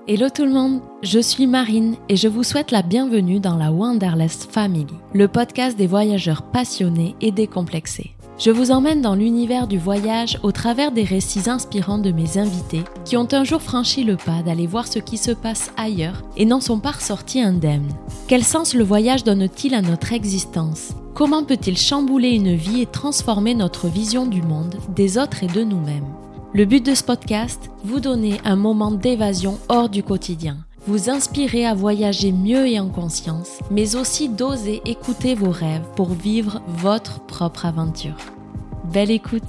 Hello tout le monde, je suis Marine et je vous souhaite la bienvenue dans la Wanderlust Family, le podcast des voyageurs passionnés et décomplexés. Je vous emmène dans l'univers du voyage au travers des récits inspirants de mes invités qui ont un jour franchi le pas d'aller voir ce qui se passe ailleurs et n'en sont pas ressortis indemnes. Quel sens le voyage donne-t-il à notre existence ? Comment peut-il chambouler une vie et transformer notre vision du monde, des autres et de nous-mêmes ? Le but de ce podcast, vous donner un moment d'évasion hors du quotidien, vous inspirer à voyager mieux et en conscience, mais aussi d'oser écouter vos rêves pour vivre votre propre aventure. Belle écoute!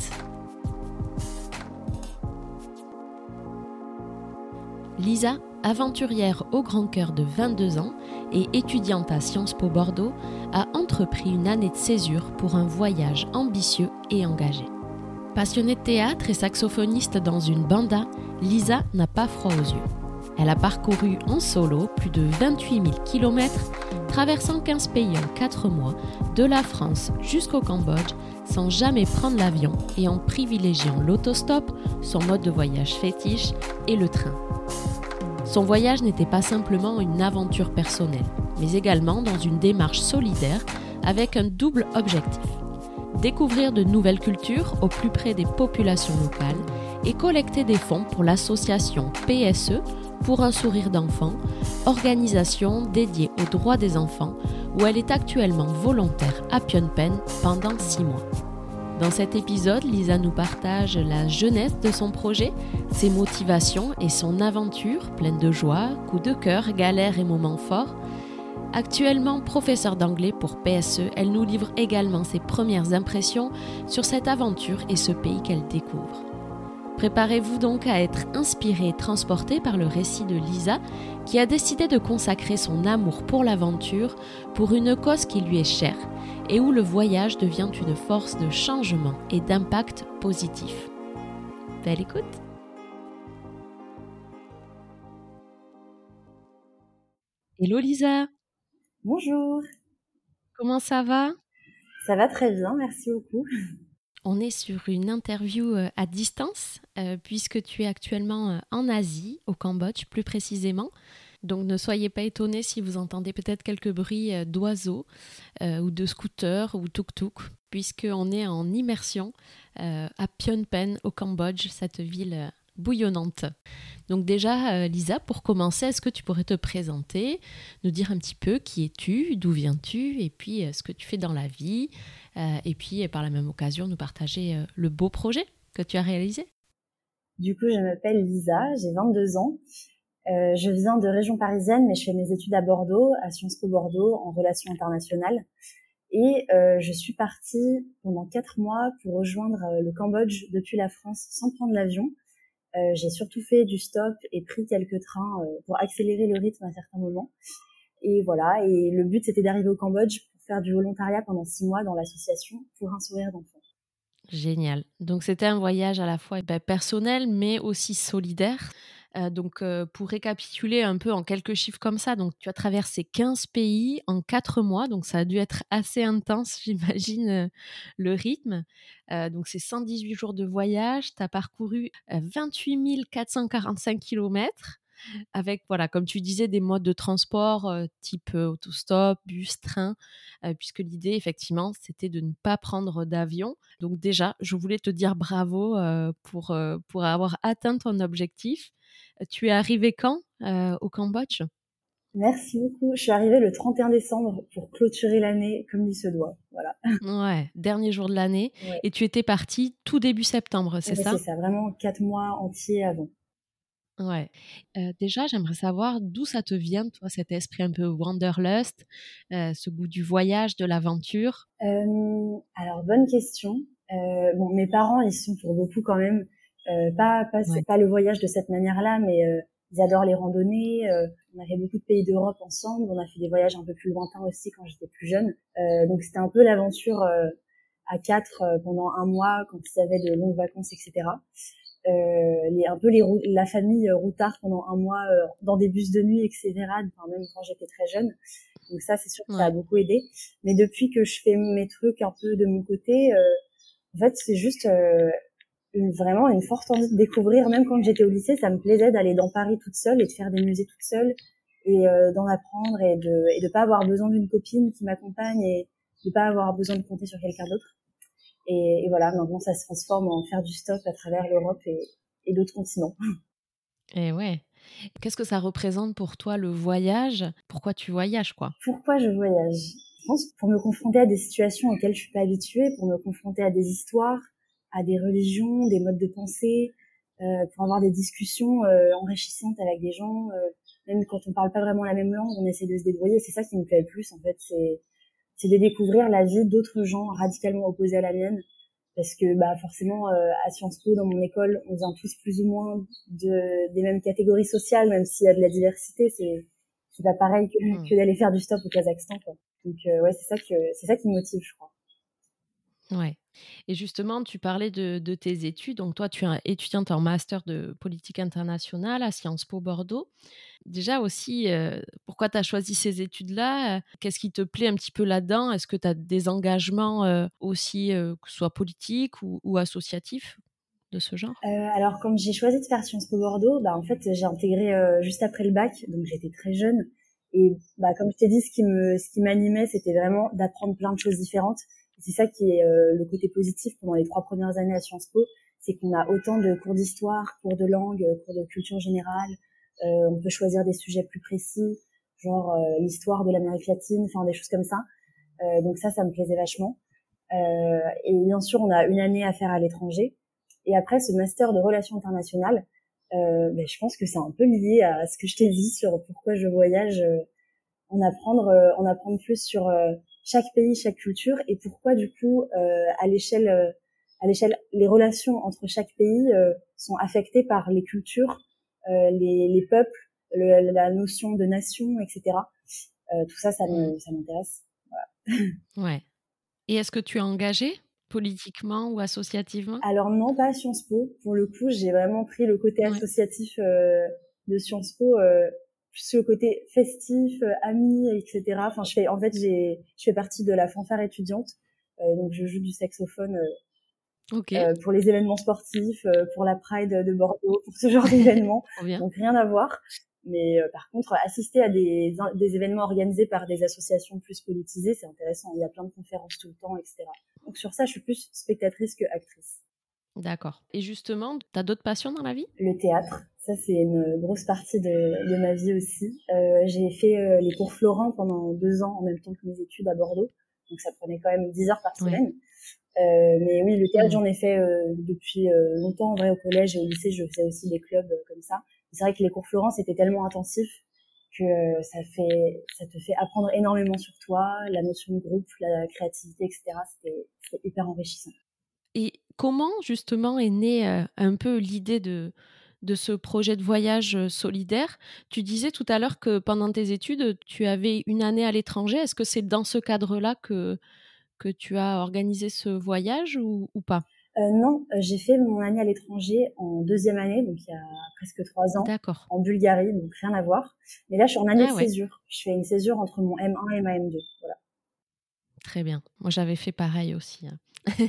Lisa, aventurière au grand cœur de 22 ans et étudiante à Sciences Po Bordeaux, a entrepris une année de césure pour un voyage ambitieux et engagé. Passionnée de théâtre et saxophoniste dans une banda, Lisa n'a pas froid aux yeux. Elle a parcouru en solo plus de 28 000 km, traversant 15 pays en 4 mois, de la France jusqu'au Cambodge, sans jamais prendre l'avion et en privilégiant l'autostop, son mode de voyage fétiche, et le train. Son voyage n'était pas simplement une aventure personnelle, mais également dans une démarche solidaire avec un double objectif. Découvrir de nouvelles cultures au plus près des populations locales et collecter des fonds pour l'association PSE pour un sourire d'enfant, organisation dédiée aux droits des enfants où elle est actuellement volontaire à Phnom Penh pendant 6 mois. Dans cet épisode, Lisa nous partage la jeunesse de son projet, ses motivations et son aventure pleine de joie, coups de cœur, galères et moments forts. Actuellement professeure d'anglais pour PSE, elle nous livre également ses premières impressions sur cette aventure et ce pays qu'elle découvre. Préparez-vous donc à être inspiré et transporté par le récit de Lisa, qui a décidé de consacrer son amour pour l'aventure pour une cause qui lui est chère et où le voyage devient une force de changement et d'impact positif. Belle écoute! Hello Lisa! Bonjour, Comment ça va ? ça va très bien, merci beaucoup. On est sur une interview à distance, puisque tu es actuellement en Asie, au Cambodge plus précisément. Donc ne soyez pas étonnés si vous entendez peut-être quelques bruits d'oiseaux ou de scooters ou tuk-tuk, puisqu'on est en immersion à Phnom Penh, au Cambodge, cette ville bouillonnante. Donc déjà, Lisa, pour commencer, est-ce que tu pourrais te présenter, nous dire un petit peu qui es-tu, d'où viens-tu, et puis ce que tu fais dans la vie, et puis par la même occasion, nous partager le beau projet que tu as réalisé. Du coup, je m'appelle Lisa, j'ai 22 ans. Je viens de région parisienne, mais je fais mes études à Bordeaux, à Sciences Po Bordeaux, en relations internationales. Et je suis partie pendant 4 mois pour rejoindre le Cambodge depuis la France sans prendre l'avion. J'ai surtout fait du stop et pris quelques trains pour accélérer le rythme à certains moments. Et voilà, et le but c'était d'arriver au Cambodge pour faire du volontariat pendant 6 mois dans l'association Pour un sourire d'enfant. Génial. Donc c'était un voyage à la fois personnel, mais aussi solidaire. Pour récapituler un peu en quelques chiffres comme ça, donc tu as traversé 15 pays en 4 mois, donc ça a dû être assez intense, j'imagine, le rythme. Donc c'est 118 jours de voyage, tu as parcouru 28 445 kilomètres avec, voilà, comme tu disais, des modes de transport type autostop, bus, train, puisque l'idée, effectivement, c'était de ne pas prendre d'avion. Donc déjà, je voulais te dire bravo pour avoir atteint ton objectif. Tu es arrivé quand au Cambodge ? Merci beaucoup. Je suis arrivée le 31 décembre pour clôturer l'année comme il se doit. Voilà. Ouais, dernier jour de l'année. Ouais. Et tu étais partie tout début septembre, c'est ça ? C'est ça, vraiment 4 mois entiers avant. Ouais. Déjà, j'aimerais savoir d'où ça te vient, toi, cet esprit un peu wanderlust, ce goût du voyage, de l'aventure. Alors, bonne question. Bon, mes parents, ils sont pour beaucoup quand même, Ouais. pas le voyage de cette manière-là, mais ils adorent les randonnées. On a fait beaucoup de pays d'Europe ensemble. On a fait des voyages un peu plus lointains aussi quand j'étais plus jeune. Donc, c'était un peu l'aventure à 4 pendant un mois quand ils avaient de longues vacances, etc. La famille routard pendant un mois dans des bus de nuit, etc. Enfin, même quand j'étais très jeune. Donc ça, c'est sûr que ça a Ouais. beaucoup aidé. Mais depuis que je fais mes trucs un peu de mon côté, en fait, c'est juste vraiment une forte envie de découvrir. Même quand j'étais au lycée, ça me plaisait d'aller dans Paris toute seule et de faire des musées toute seule et d'en apprendre et de pas avoir besoin d'une copine qui m'accompagne et de pas avoir besoin de compter sur quelqu'un d'autre. Et voilà, maintenant ça se transforme en faire du stop à travers l'Europe et d'autres continents. Et ouais. Qu'est-ce que ça représente pour toi le voyage? Pourquoi tu voyages, quoi? Pourquoi je voyage? Je pense pour me confronter à des situations auxquelles je suis pas habituée, pour me confronter à des histoires, à des religions, des modes de pensée, pour avoir des discussions enrichissantes avec des gens. Même quand on parle pas vraiment la même langue, on essaie de se débrouiller. C'est ça qui me plaît le plus, en fait. C'est de découvrir la vie d'autres gens radicalement opposés à la mienne. Parce que bah forcément, à Sciences Po, dans mon école, on vient tous plus ou moins des mêmes catégories sociales, même s'il y a de la diversité. C'est pas pareil que d'aller faire du stop au Kazakhstan, quoi. Donc ouais, c'est ça qui me motive, je crois. Ouais. Et justement, tu parlais de tes études. Donc toi, tu es étudiante en master de politique internationale à Sciences Po Bordeaux. Déjà aussi, pourquoi tu as choisi ces études-là? Qu'est-ce qui te plaît un petit peu là-dedans? Est-ce que tu as des engagements, aussi, que ce soit politiques ou associatifs de ce genre? Alors quand j'ai choisi de faire Sciences Po Bordeaux, bah en fait j'ai intégré juste après le bac, donc j'étais très jeune. Et bah comme je t'ai dit, ce qui m'animait, c'était vraiment d'apprendre plein de choses différentes. Et c'est ça qui est le côté positif pendant les 3 premières années à Sciences Po, c'est qu'on a autant de cours d'histoire, cours de langue, cours de culture générale. On peut choisir des sujets plus précis, genre l'histoire de l'Amérique latine, enfin des choses comme ça. Donc ça me plaisait vachement. Et bien sûr, on a une année à faire à l'étranger. Et après, ce master de relations internationales, je pense que c'est un peu lié à ce que je t'ai dit sur pourquoi je voyage, en apprendre plus sur chaque pays, chaque culture, et pourquoi du coup, à l'échelle, les relations entre chaque pays sont affectées par les cultures, les peuples, la notion de nation, etc. Tout ça, Mmh. ça m'intéresse. Ouais. Et est-ce que tu es engagée politiquement ou associativement? Alors non, pas à Sciences Po. Pour le coup, j'ai vraiment pris le côté Ouais. associatif de Sciences Po, plus le côté festif, amis, etc. Enfin, je fais partie de la fanfare étudiante, donc je joue du saxophone OK. pour les événements sportifs, pour la Pride de Bordeaux, pour ce genre d'événements. Trop bien. Donc rien à voir. Mais par contre, assister à des événements organisés par des associations plus politisées, c'est intéressant. Il y a plein de conférences tout le temps, etc. Donc sur ça, je suis plus spectatrice que actrice. D'accord. Et justement, tu as d'autres passions dans la vie? Le théâtre, ça c'est une grosse partie de ma vie aussi. J'ai fait les cours Florent pendant 2 ans en même temps que mes études à Bordeaux, donc ça prenait quand même 10 heures par Ouais. semaine. Mais oui, le théâtre, Mmh. j'en ai fait depuis longtemps. En vrai, au collège et au lycée, je faisais aussi des clubs comme ça. C'est vrai que les cours Florent, c'était tellement intensif que ça te fait apprendre énormément sur toi, la notion de groupe, la créativité, etc. C'était hyper enrichissant. Et comment justement est née, un peu l'idée de ce projet de voyage, solidaire? Tu disais tout à l'heure que pendant tes études, tu avais une année à l'étranger. Est-ce que c'est dans ce cadre-là que tu as organisé ce voyage ou pas? Non, j'ai fait mon année à l'étranger en deuxième année, donc il y a presque 3 ans, D'accord. en Bulgarie, donc rien à voir. Mais là, je suis en année de Ah ouais, césure. Je fais une césure entre mon M1 et ma M2. Voilà. très bien. Moi, j'avais fait pareil aussi, hein.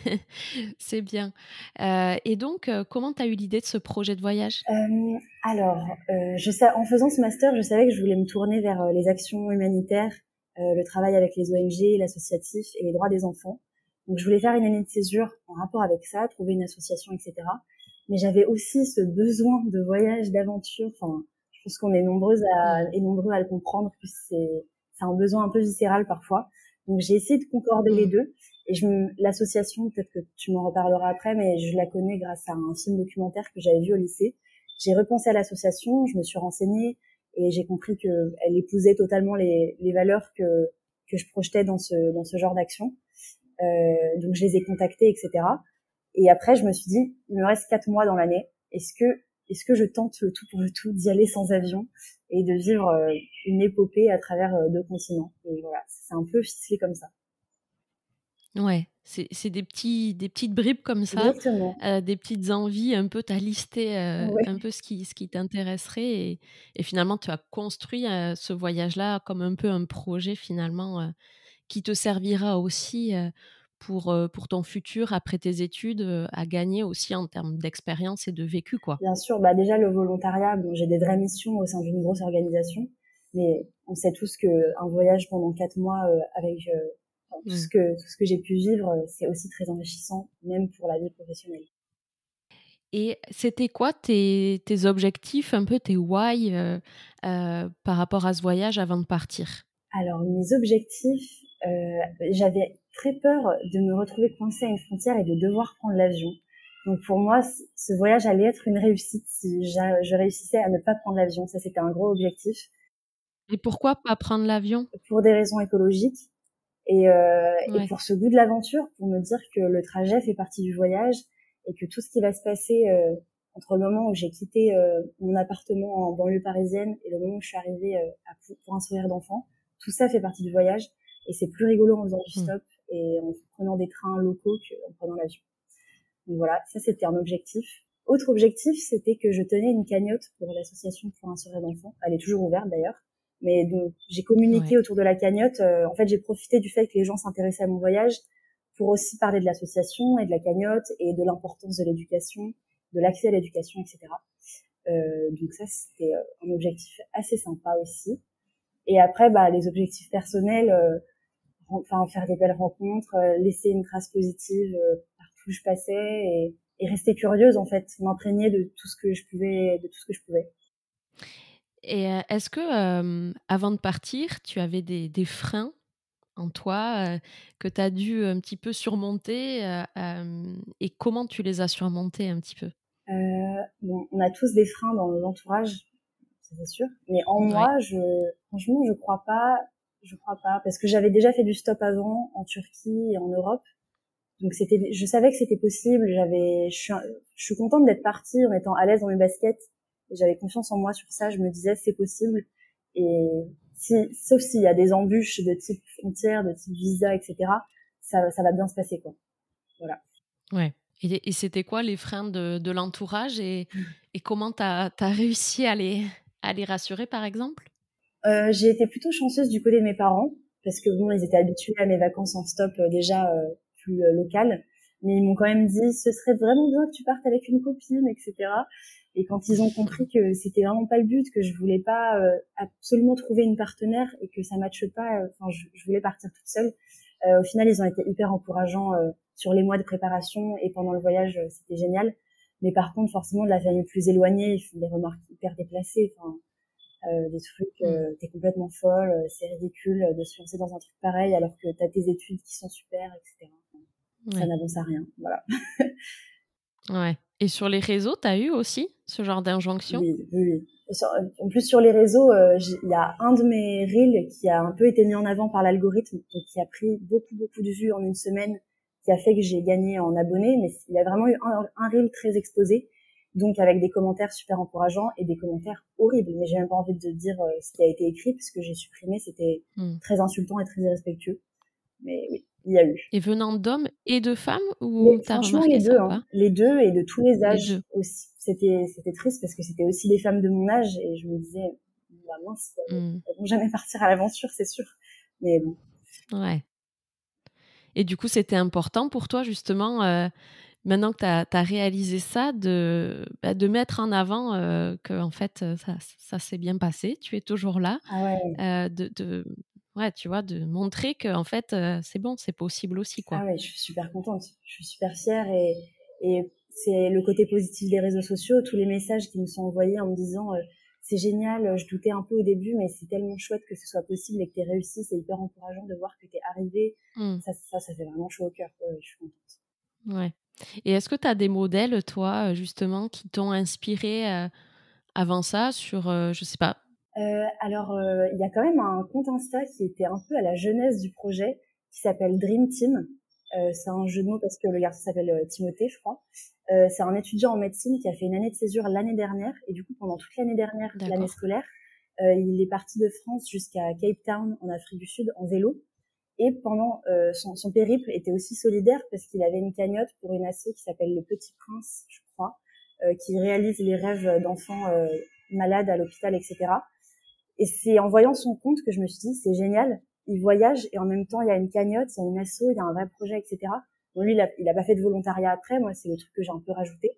C'est bien. Et donc, comment tu as eu l'idée de ce projet de voyage? Alors, en faisant ce master, je savais que je voulais me tourner vers les actions humanitaires, le travail avec les ONG, l'associatif et les droits des enfants. Donc, je voulais faire une année de césure en rapport avec ça, trouver une association, etc. Mais j'avais aussi ce besoin de voyage, d'aventure. Enfin, je pense qu'on est Mmh. nombreux à le comprendre, que c'est un besoin un peu viscéral parfois. Donc, j'ai essayé de concorder les Mmh. deux. Et l'association, peut-être que tu m'en reparleras après, mais je la connais grâce à un film documentaire que j'avais vu au lycée. J'ai repensé à l'association, je me suis renseignée et j'ai compris que elle épousait totalement les valeurs que je projetais dans ce genre d'action. Donc je les ai contactés, etc. Et après, je me suis dit, il me reste 4 mois dans l'année. Est-ce que je tente le tout pour le tout d'y aller sans avion et de vivre une épopée à travers 2 continents. Et voilà, c'est un peu ficelé comme ça. Ouais, c'est des petites bribes comme ça, Exactement. des petites envies, un peu tu as listé, Ouais. un peu ce qui t'intéresserait et finalement tu as construit, ce voyage-là comme un peu un projet finalement, qui te servira aussi, pour ton futur après tes études, à gagner aussi en termes d'expérience et de vécu, quoi? Bien sûr, déjà le volontariat, bon, j'ai des vraies missions au sein d'une grosse organisation, mais on sait tous qu'un voyage pendant 4 mois avec enfin, Mmh. tout ce que j'ai pu vivre, c'est aussi très enrichissant, même pour la vie professionnelle. Et c'était quoi tes objectifs, un peu tes why, par rapport à ce voyage avant de partir? Alors mes objectifs, j'avais très peur de me retrouver coincée à une frontière et de devoir prendre l'avion. Donc pour moi, ce voyage allait être une réussite si je réussissais à ne pas prendre l'avion. Ça, c'était un gros objectif Et pourquoi pas prendre l'avion? pour des raisons écologiques et Ouais. pour ce goût de l'aventure, pour me dire que le trajet fait partie du voyage et que tout ce qui va se passer entre le moment où j'ai quitté mon appartement en banlieue parisienne et le moment où je suis arrivée pour un sourire d'enfant, tout ça fait partie du voyage et c'est plus rigolo en faisant du Mmh. stop et en prenant des trains locaux qu'en prenant l'avion. Donc voilà, ça c'était un objectif. Autre objectif, c'était que je tenais une cagnotte pour l'association pour un sourire d'enfant. Elle est toujours ouverte d'ailleurs. Mais donc j'ai communiqué Ouais. autour de la cagnotte. En fait, j'ai profité du fait que les gens s'intéressaient à mon voyage pour aussi parler de l'association et de la cagnotte et de l'importance de l'éducation, de l'accès à l'éducation, etc. Donc ça, c'était un objectif assez sympa aussi. Et après, les objectifs personnels, enfin faire des belles rencontres, laisser une trace positive partout où je passais et rester curieuse en fait, m'imprégner de tout ce que je pouvais. Et est-ce que, avant de partir, tu avais des freins en toi, que tu as dû un petit peu surmonter, et comment tu les as surmontés un petit peu? Bon, on a tous des freins dans l'entourage, ça c'est sûr. Mais en Ouais. moi, franchement, je crois pas, parce que j'avais déjà fait du stop avant en Turquie et en Europe. Donc je savais que c'était possible. Je suis contente d'être partie en étant à l'aise dans mes baskets. Et j'avais confiance en moi sur ça. Je me disais, c'est possible. Et sauf s'il y a des embûches de type frontière, de type visa, etc., ça va bien se passer, quoi. Voilà. Ouais. Et c'était quoi les freins de l'entourage et comment t'as réussi à les rassurer, par exemple? J'ai été plutôt chanceuse du côté de mes parents parce que bon, ils étaient habitués à mes vacances en stop déjà plus locales, mais ils m'ont quand même dit ce serait vraiment bien que tu partes avec une copine, etc. Et quand ils ont compris que c'était vraiment pas le but, que je voulais pas absolument trouver une partenaire et que ça matche pas, enfin je voulais partir toute seule. Au final, ils ont été hyper encourageants sur les mois de préparation et pendant le voyage, c'était génial. Mais par contre, forcément, de la famille plus éloignée, ils font des remarques hyper déplacées. Enfin, des trucs, Mmh. t'es complètement folle, c'est ridicule de se lancer dans un truc pareil alors que t'as tes études qui sont super, etc. Ça Ouais. n'avance à rien, voilà. Ouais. Et sur les réseaux, tu as eu aussi ce genre d'injonction? Oui, oui, oui. En plus, sur les réseaux, il y a un de mes reels qui a un peu été mis en avant par l'algorithme, donc qui a pris beaucoup, beaucoup de vues en une semaine, qui a fait que j'ai gagné en abonnés, mais il y a vraiment eu un reel très exposé, donc avec des commentaires super encourageants et des commentaires horribles. Mais j'ai même pas envie de dire ce qui a été écrit, parce que j'ai supprimé, c'était Mmh. très insultant et très irrespectueux. Mais oui, il y a eu. Et venant d'hommes et de femmes Mais ou tu as franchement, remarqué les ça deux, ou hein. pas? Les deux et de tous les Les âges 2. aussi. C'était triste parce que c'était aussi des femmes de mon âge et je me disais, mince, quoi, Mmh. elles vont jamais partir à l'aventure, c'est sûr. Mais bon. Ouais. Et du coup, c'était important pour toi justement, maintenant que tu as réalisé ça, de mettre en avant, qu'en fait, ça s'est bien passé, tu es toujours là, Ah ouais. de ouais, tu vois, de montrer qu'en fait, c'est bon, c'est possible aussi, quoi. Ah ouais, je suis super contente. Je suis super fière et c'est le côté positif des réseaux sociaux, tous les messages qui me sont envoyés en me disant, c'est génial, je doutais un peu au début, mais c'est tellement chouette que ce soit possible et que t'aies réussi. C'est hyper encourageant de voir que t'es arrivée. Mmh. Ça fait vraiment chaud au cœur. Ouais, je suis contente. Ouais. Et est-ce que tu as des modèles, toi, justement, qui t'ont inspiré, avant ça sur, je sais pas. Il y a quand même un compte Insta qui était un peu à la jeunesse du projet, qui s'appelle Dream Team. C'est un jeu de mots parce que le garçon s'appelle Timothée, je crois. C'est un étudiant en médecine qui a fait une année de césure l'année dernière, et du coup pendant toute l'année dernière, l'année D'accord. scolaire, il est parti de France jusqu'à Cape Town en Afrique du Sud en vélo. Et pendant son périple était aussi solidaire parce qu'il avait une cagnotte pour une asso qui s'appelle Le Petit Prince, je crois, qui réalise les rêves d'enfants malades à l'hôpital, etc. Et c'est en voyant son compte que je me suis dit, c'est génial. il voyage et en même temps, il y a une cagnotte, il y a une asso, il y a un vrai projet, etc. Bon, lui, il a pas fait de volontariat après. Moi, c'est le truc que j'ai un peu rajouté.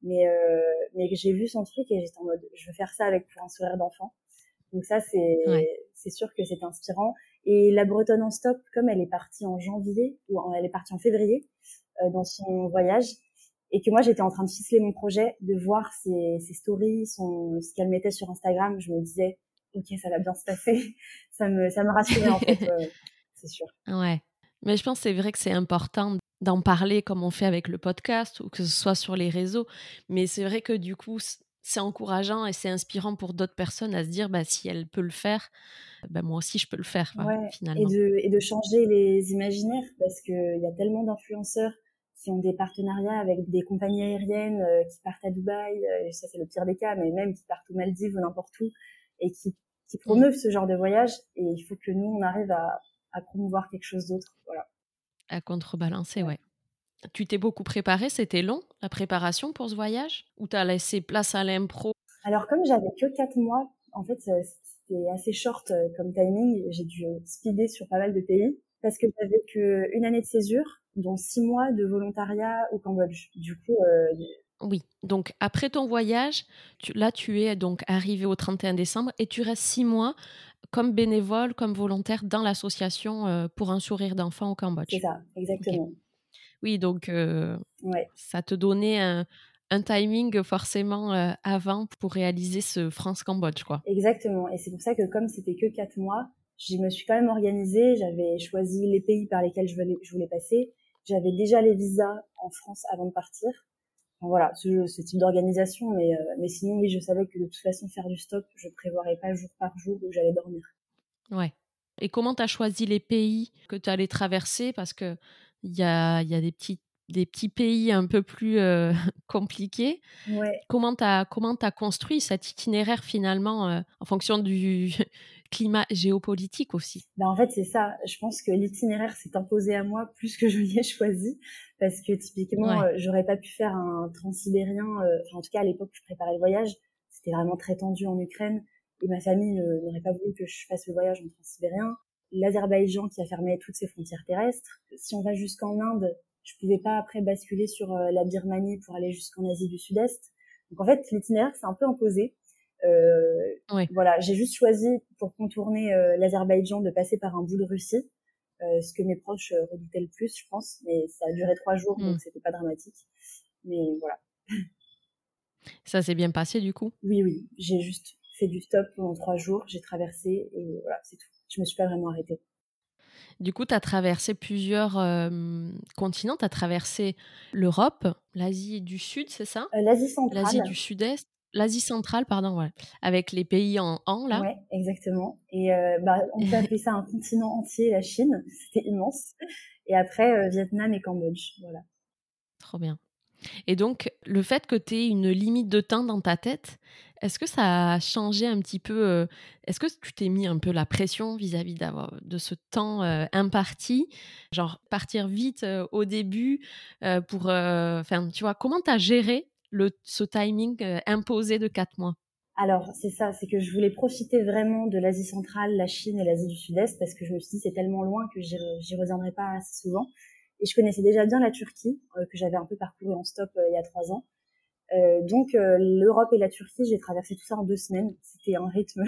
Mais j'ai vu son truc et j'étais en mode, je veux faire ça avec pour un sourire d'enfant. Donc ça, Ouais. c'est sûr que c'est inspirant. Et la Bretonne en stop, comme elle est partie en janvier elle est partie en février dans son voyage, et que moi j'étais en train de ficeler mon projet, de voir ses stories, ce qu'elle mettait sur Instagram, je me disais, ok, ça va bien se passer. Ça me rassurait en fait, c'est sûr. Ouais. Mais je pense que c'est vrai que c'est important d'en parler comme on fait avec le podcast ou que ce soit sur les réseaux. Mais c'est vrai que du coup, c'est encourageant et c'est inspirant pour d'autres personnes à se dire, bah, si elle peut le faire, bah, moi aussi je peux le faire, quoi, Ouais, finalement. et de changer les imaginaires parce que il y a tellement d'influenceurs qui ont des partenariats avec des compagnies aériennes qui partent à Dubaï, et ça c'est le pire des cas, mais même qui partent aux Maldives ou n'importe où et qui Mm. promeuvent ce genre de voyage et il faut que nous on arrive à promouvoir quelque chose d'autre. Voilà. À contrebalancer, Ouais. ouais. Tu t'es beaucoup préparée, c'était long, la préparation pour ce voyage? Ou t'as laissé place à l'impro? Alors comme j'avais que 4 mois, en fait c'était assez short comme timing, j'ai dû speeder sur pas mal de pays parce que j'avais que une année de césure, dont 6 mois de volontariat au Cambodge. Du coup, Oui, donc après ton voyage, tu es donc arrivée au 31 décembre et tu restes 6 mois comme bénévole, comme volontaire dans l'association pour un sourire d'enfant au c'est Cambodge. ça, Ok. exactement. Oui, donc Ouais, ça te donnait un timing forcément avant pour réaliser ce France-Cambodge, quoi. exactement. Et c'est pour ça que comme c'était que 4 mois, je me suis quand même organisée. J'avais choisi les pays par lesquels je voulais passer. J'avais déjà les visas en France avant de partir. Enfin, voilà, ce type d'organisation. Mais sinon, oui, je savais que de toute façon, faire du stop, je prévoirais pas jour par jour où j'allais dormir. Ouais. Et comment tu as choisi les pays que tu allais traverser? Parce qu'il y a des petits pays un peu plus compliqués. Ouais. Comment t'as construit cet itinéraire finalement en fonction du climat géopolitique aussi? Ben en fait, c'est ça. Je pense que l'itinéraire s'est imposé à moi plus que je l'ai choisi. Parce que typiquement, Ouais. j'aurais pas pu faire un transsibérien. Enfin, en tout cas, à l'époque où je préparais le voyage, c'était vraiment très tendu en Ukraine. Et ma famille n'aurait pas voulu que je fasse le voyage en transsibérien. L'Azerbaïdjan qui a fermé toutes ses frontières terrestres. Si on va jusqu'en Inde, je pouvais pas après basculer sur la Birmanie pour aller jusqu'en Asie du Sud-Est. Donc en fait, l'itinéraire s'est un peu imposé. Euh, Ouais. voilà, j'ai juste choisi pour contourner l'Azerbaïdjan de passer par un bout de Russie, ce que mes proches redoutaient le plus, je pense. Mais ça a duré 3 jours, Hmm. donc c'était pas dramatique. Mais voilà. Ça s'est bien passé du coup? Oui, oui, j'ai juste fait du stop pendant 3 jours, j'ai traversé et voilà, c'est tout. Je me suis pas vraiment arrêtée. Du coup, tu as traversé plusieurs continents. Tu as traversé l'Europe, l'Asie du Sud, c'est ça? L'Asie L'Asie du centrale, Sud-Est, l'Asie centrale, pardon, ouais. Avec les pays en là. ouais, exactement. Et bah, on peut appeler ça un continent entier, la Chine, c'était immense. Et après, Vietnam et Cambodge, voilà. Trop bien. Et donc, le fait que tu aies une limite de temps dans ta tête, est-ce que ça a changé un petit peu est-ce que tu t'es mis un peu la pression vis-à-vis de ce temps imparti? Genre partir vite au début pour enfin, tu vois, comment tu as géré ce timing imposé de 4 mois? Alors, c'est ça, c'est que je voulais profiter vraiment de l'Asie centrale, la Chine et l'Asie du Sud-Est parce que je me suis dit c'est tellement loin que j'y reviendrai pas assez souvent. Et je connaissais déjà bien la Turquie, que j'avais un peu parcouru en stop il y a 3 ans. Donc l'Europe et la Turquie, j'ai traversé tout ça en 2 semaines. C'était un rythme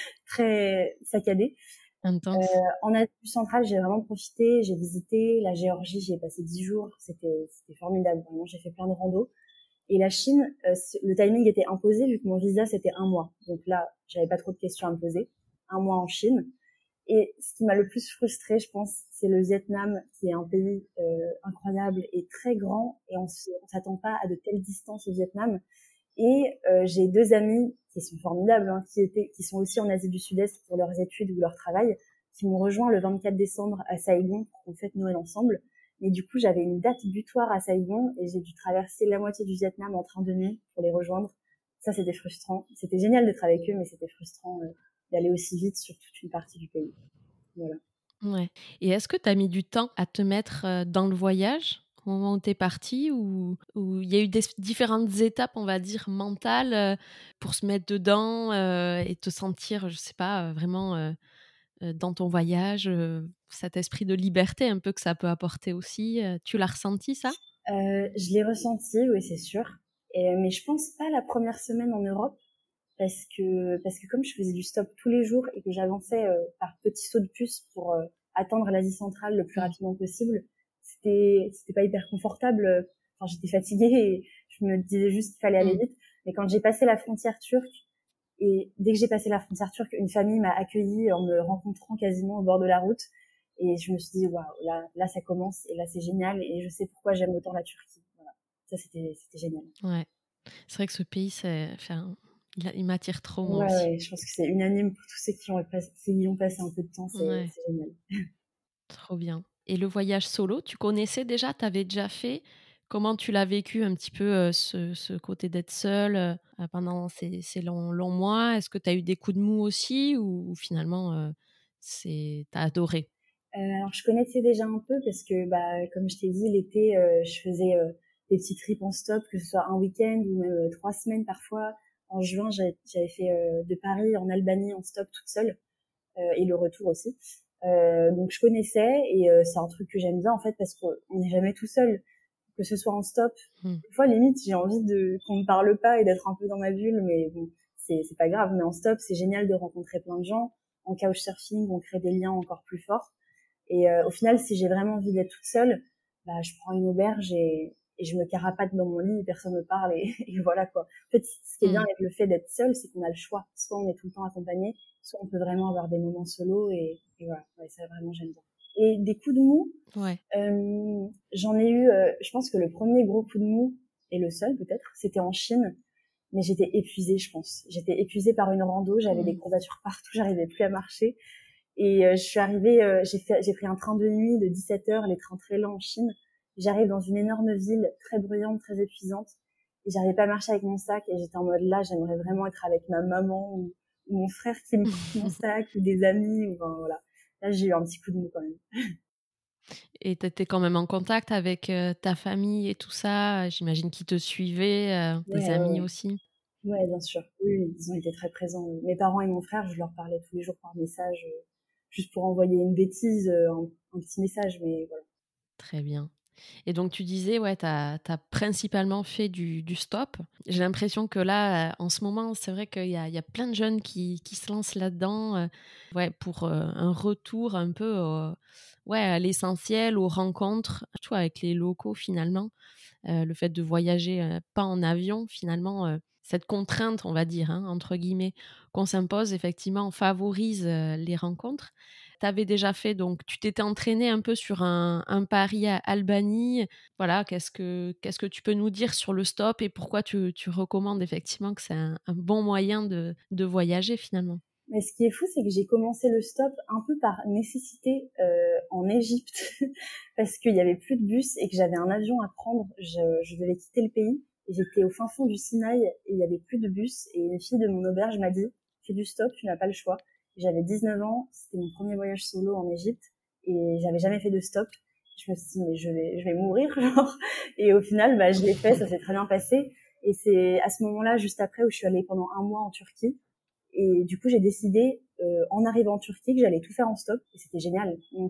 très saccadé. Intense? En Asie centrale, j'ai vraiment profité, j'ai visité la Géorgie, j'y ai passé 10 jours, c'était formidable, vraiment, j'ai fait plein de randos. Et la Chine, le timing était imposé vu que mon visa c'était 1 mois. Donc là, j'avais pas trop de questions à me poser. 1 mois en Chine. Et ce qui m'a le plus frustrée, je pense, c'est le Vietnam, qui est un pays incroyable et très grand, et on s'attend pas à de telles distances au Vietnam. Et j'ai 2 amis qui sont formidables, hein, qui sont aussi en Asie du Sud-Est pour leurs études ou leur travail, qui m'ont rejoint le 24 décembre à Saigon pour qu'on fête Noël ensemble. Mais du coup, j'avais une date butoir à Saigon et j'ai dû traverser la moitié du Vietnam en train de nuit pour les rejoindre. Ça, c'était frustrant. C'était génial d'être avec eux, mais c'était frustrant d'aller aussi vite sur toute une partie du pays. Voilà. Ouais. Et est-ce que tu as mis du temps à te mettre dans le voyage au moment où tu es partie ou il y a eu différentes étapes, on va dire, mentales pour se mettre dedans et te sentir, je sais pas, vraiment dans ton voyage, cet esprit de liberté un peu que ça peut apporter aussi, tu l'as ressenti ça? Je l'ai ressenti, oui, c'est sûr. Mais je pense pas la première semaine en Europe parce que comme je faisais du stop tous les jours et que j'avançais par petits sauts de puce pour atteindre l'Asie centrale le plus Mmh. rapidement possible, c'était pas hyper confortable. Enfin, j'étais fatiguée et je me disais juste qu'il fallait aller Mmh. vite. Mais quand j'ai passé la frontière turque et dès que j'ai passé la frontière turque, une famille m'a accueillie en me rencontrant quasiment au bord de la route. Et je me suis dit, waouh, là, ça commence, et là, c'est génial, et je sais pourquoi j'aime autant la Turquie. Voilà. Ça, c'était génial. Ouais. C'est vrai que ce pays, il m'attire trop moi Ouais, aussi. ouais, je pense que c'est unanime pour tous ceux qui ont passé un peu de temps, Ouais, c'est génial. trop bien. Et le voyage solo, tu connaissais déjà? T'avais déjà fait? Comment tu l'as vécu un petit peu, ce côté d'être seule, pendant ces longs mois? Est-ce que tu as eu des coups de mou aussi ou finalement, tu adoré? Alors, je connaissais déjà un peu parce que, bah, comme je t'ai dit, l'été, je faisais des petits trips en stop, que ce soit un week-end ou même 3 semaines parfois. En juin, j'avais fait de Paris en Albanie en stop toute seule, et le retour aussi. Donc je connaissais, et c'est un truc que j'aime bien en fait parce qu'on n'est jamais tout seul, que ce soit en stop. Mmh. Des fois limite j'ai envie de qu'on me parle pas et d'être un peu dans ma bulle, mais bon, c'est pas grave. Mais en stop, c'est génial de rencontrer plein de gens. En couchsurfing, on crée des liens encore plus forts. Et au final, si j'ai vraiment envie d'être toute seule, bah je prends une auberge et je me carapate dans mon lit, et personne me parle, et voilà quoi. En fait, ce qui est bien Mmh. avec le fait d'être seule, c'est qu'on a le choix. Soit on est tout le temps accompagné, soit on peut vraiment avoir des moments solo, et voilà. Ouais, ça vraiment j'aime bien. Et des coups de mou, Ouais. j'en ai eu. Je pense que le premier gros coup de mou, et le seul peut-être, c'était en Chine. Mais j'étais épuisée, je pense. J'étais épuisée par une rando, j'avais des Mmh. courbatures partout, j'arrivais plus à marcher. Et je suis arrivée, j'ai pris un train de nuit de 17 heures, les trains très lents en Chine. J'arrive dans une énorme ville, très bruyante, très épuisante. Et j'arrivais pas à marcher avec mon sac, et j'étais en mode là, j'aimerais vraiment être avec ma maman ou mon frère qui me porte mon sac, ou des amis, ou enfin, voilà. Là, j'ai eu un petit coup de mou quand même. Et tu étais quand même en contact avec, ta famille et tout ça? J'imagine qu'ils te suivaient, Ouais, tes ouais, amis ouais. aussi? Ouais, bien sûr. Oui, oui, ils ont été très présents. Mes parents et mon frère, je leur parlais tous les jours par message, juste pour envoyer une bêtise, un petit message, mais voilà. Très bien. Et donc tu disais, ouais, tu as principalement fait du stop. J'ai l'impression que là, en ce moment, c'est vrai qu'il y a plein de jeunes qui se lancent là-dedans, ouais, pour, un retour un peu ouais, à l'essentiel, aux rencontres, surtout avec les locaux finalement. Le fait de voyager, pas en avion finalement, cette contrainte, on va dire, hein, entre guillemets, qu'on s'impose effectivement favorise, les rencontres. Tu avais déjà fait donc tu t'étais entraînée un peu sur un Paris-Albanie. Voilà, qu'est-ce que tu peux nous dire sur le stop et pourquoi tu recommandes effectivement que c'est un bon moyen de voyager finalement? Mais ce qui est fou, c'est que j'ai commencé le stop un peu par nécessité en Égypte parce qu'il y avait plus de bus et que j'avais un avion à prendre. Je devais quitter le pays et j'étais au fin fond du Sinaï et il y avait plus de bus, et une fille de mon auberge m'a dit fais du stop, tu n'as pas le choix. J'avais 19 ans, c'était mon premier voyage solo en Égypte et j'avais jamais fait de stop. Je me suis dit mais je vais mourir genre. Et au final bah je l'ai fait, ça s'est très bien passé. Et c'est à ce moment-là, juste après, où je suis allée pendant un mois en Turquie. Et du coup, j'ai décidé, en arrivant en Turquie, que j'allais tout faire en stop, et c'était génial. Donc,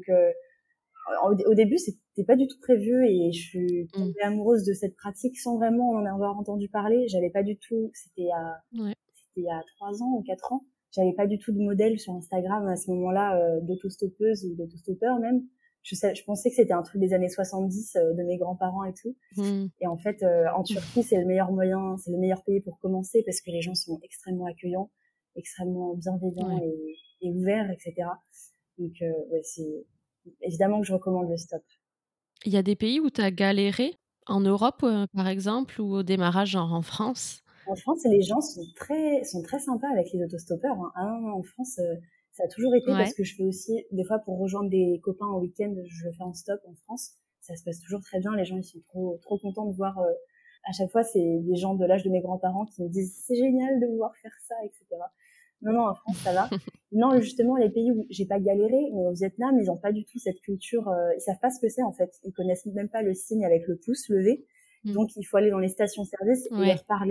au début, c'était pas du tout prévu, et je suis Mmh. tombée amoureuse de cette pratique sans vraiment en avoir entendu parler. J'avais pas du tout, Ouais. c'était il y a 3 ans ou 4 ans. J'avais pas du tout de modèle sur Instagram à ce moment-là, d'autostoppeuse ou d'autostoppeur même. Je pensais que c'était un truc des années 70, de mes grands-parents et tout. Mmh. Et en fait, en Turquie, c'est le meilleur moyen, c'est le meilleur pays pour commencer parce que les gens sont extrêmement accueillants, extrêmement bienveillants Ouais. et ouverts, etc. Donc, ouais, c'est évidemment que je recommande le stop. Il y a des pays où tu as galéré? En Europe, par exemple, ou au démarrage, genre en France? En France, les gens sont très sympas avec les autostoppeurs, hein. Ah non, non, en France, ça a toujours été, parce Ouais. que je fais aussi, des fois, pour rejoindre des copains au week-end, je le fais en stop en France. Ça se passe toujours très bien. Les gens, ils sont trop, trop contents de voir. À chaque fois, c'est des gens de l'âge de mes grands-parents qui me disent c'est génial de voir faire ça, etc. Non, non, en France, ça va. Non, justement, les pays où j'ai pas galéré, mais au Vietnam, ils ont pas du tout cette culture. Ils savent pas ce que c'est en fait. Ils connaissent même pas le signe avec le pouce levé. Mmh. Donc, il faut aller dans les stations-service et Ouais. leur parler.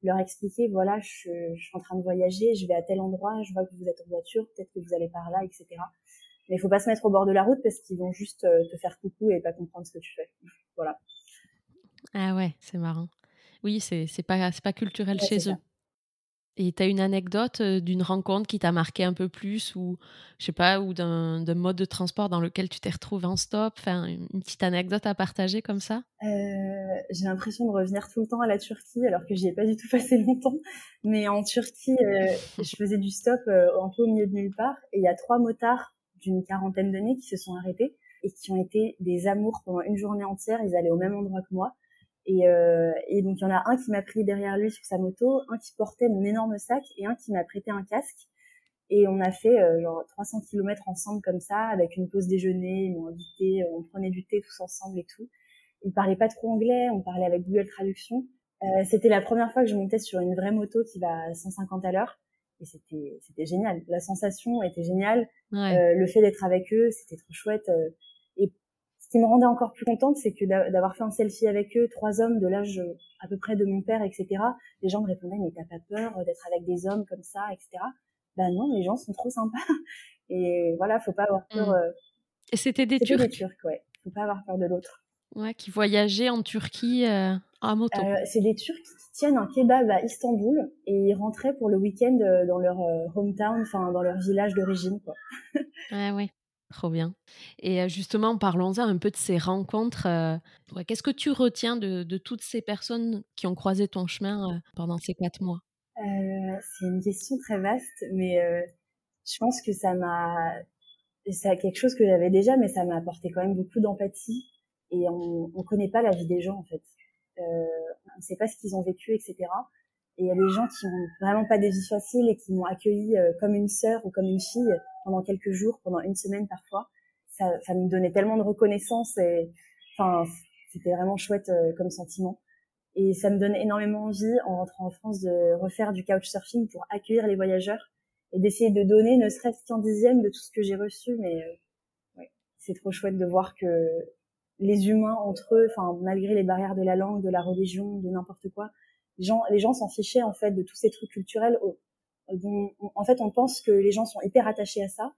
leur expliquer, voilà, je suis en train de voyager, je vais à tel endroit, je vois que vous êtes en voiture, peut-être que vous allez par là, etc. Mais il faut pas se mettre au bord de la route parce qu'ils vont juste te faire coucou et pas comprendre ce que tu fais. Voilà. Ah ouais, c'est marrant. Oui, c'est pas culturel Ouais, c'est chez ça. eux. Et tu as une anecdote, d'une rencontre qui t'a marqué un peu plus ou je sais pas, ou d'un mode de transport dans lequel tu t'es retrouvée en stop? Enfin, une petite anecdote à partager comme ça? J'ai l'impression de revenir tout le temps à la Turquie alors que j'y ai pas du tout passé longtemps. Mais en Turquie, je faisais du stop un peu au milieu de nulle part et il y a 3 motards d'une quarantaine d'années qui se sont arrêtés et qui ont été des amours pendant une journée entière. Ils allaient au même endroit que moi. Et donc il y en a un qui m'a pris derrière lui sur sa moto, un qui portait mon énorme sac et un qui m'a prêté un casque. Et on a fait genre 300 kilomètres ensemble comme ça, avec une pause déjeuner, ils m'ont invité, on prenait du thé tous ensemble et tout. Ils parlaient pas trop anglais, on parlait avec Google Traduction. C'était la première fois que je montais sur une vraie moto qui va à 150 à l'heure. Et c'était génial. La sensation était géniale. Ouais. Le fait d'être avec eux, c'était trop chouette. Et ce qui me rendait encore plus contente, c'est que d'avoir fait un selfie avec eux, 3 hommes de l'âge à peu près de mon père, etc. Les gens me répondaient, mais t'as pas peur d'être avec des hommes comme ça, etc. Ben non, les gens sont trop sympas. Et voilà, faut pas avoir peur. Mmh. Et c'était des C'était des Turcs? Turcs, ouais. Faut pas avoir peur de l'autre. Ouais, qui voyageaient en Turquie, à moto? C'est des Turcs qui tiennent un kebab à Istanbul et ils rentraient pour le week-end dans leur hometown, enfin dans leur village d'origine, quoi. Ouais, ouais, trop bien. Et justement, parlons-en un peu de ces rencontres, ouais, qu'est-ce que tu retiens de toutes ces personnes qui ont croisé ton chemin, pendant ces 4 mois? C'est une question très vaste, mais je pense que c'est quelque chose que j'avais déjà, mais ça m'a apporté quand même beaucoup d'empathie. Et on connaît pas la vie des gens en fait. On sait pas ce qu'ils ont vécu, etc. Et il y a des gens qui ont vraiment pas des vies faciles et qui m'ont accueilli comme une sœur ou comme une fille pendant quelques jours, pendant une semaine parfois. Ça me donnait tellement de reconnaissance et enfin c'était vraiment chouette comme sentiment. Et ça me donne énormément envie en rentrant en France de refaire du couchsurfing pour accueillir les voyageurs et d'essayer de donner ne serait-ce qu'un dixième de tout ce que j'ai reçu. Mais ouais, c'est trop chouette de voir que les humains entre eux, enfin malgré les barrières de la langue, de la religion, de n'importe quoi, les gens s'en fichaient en fait de tous ces trucs culturels dont en fait on pense que les gens sont hyper attachés à ça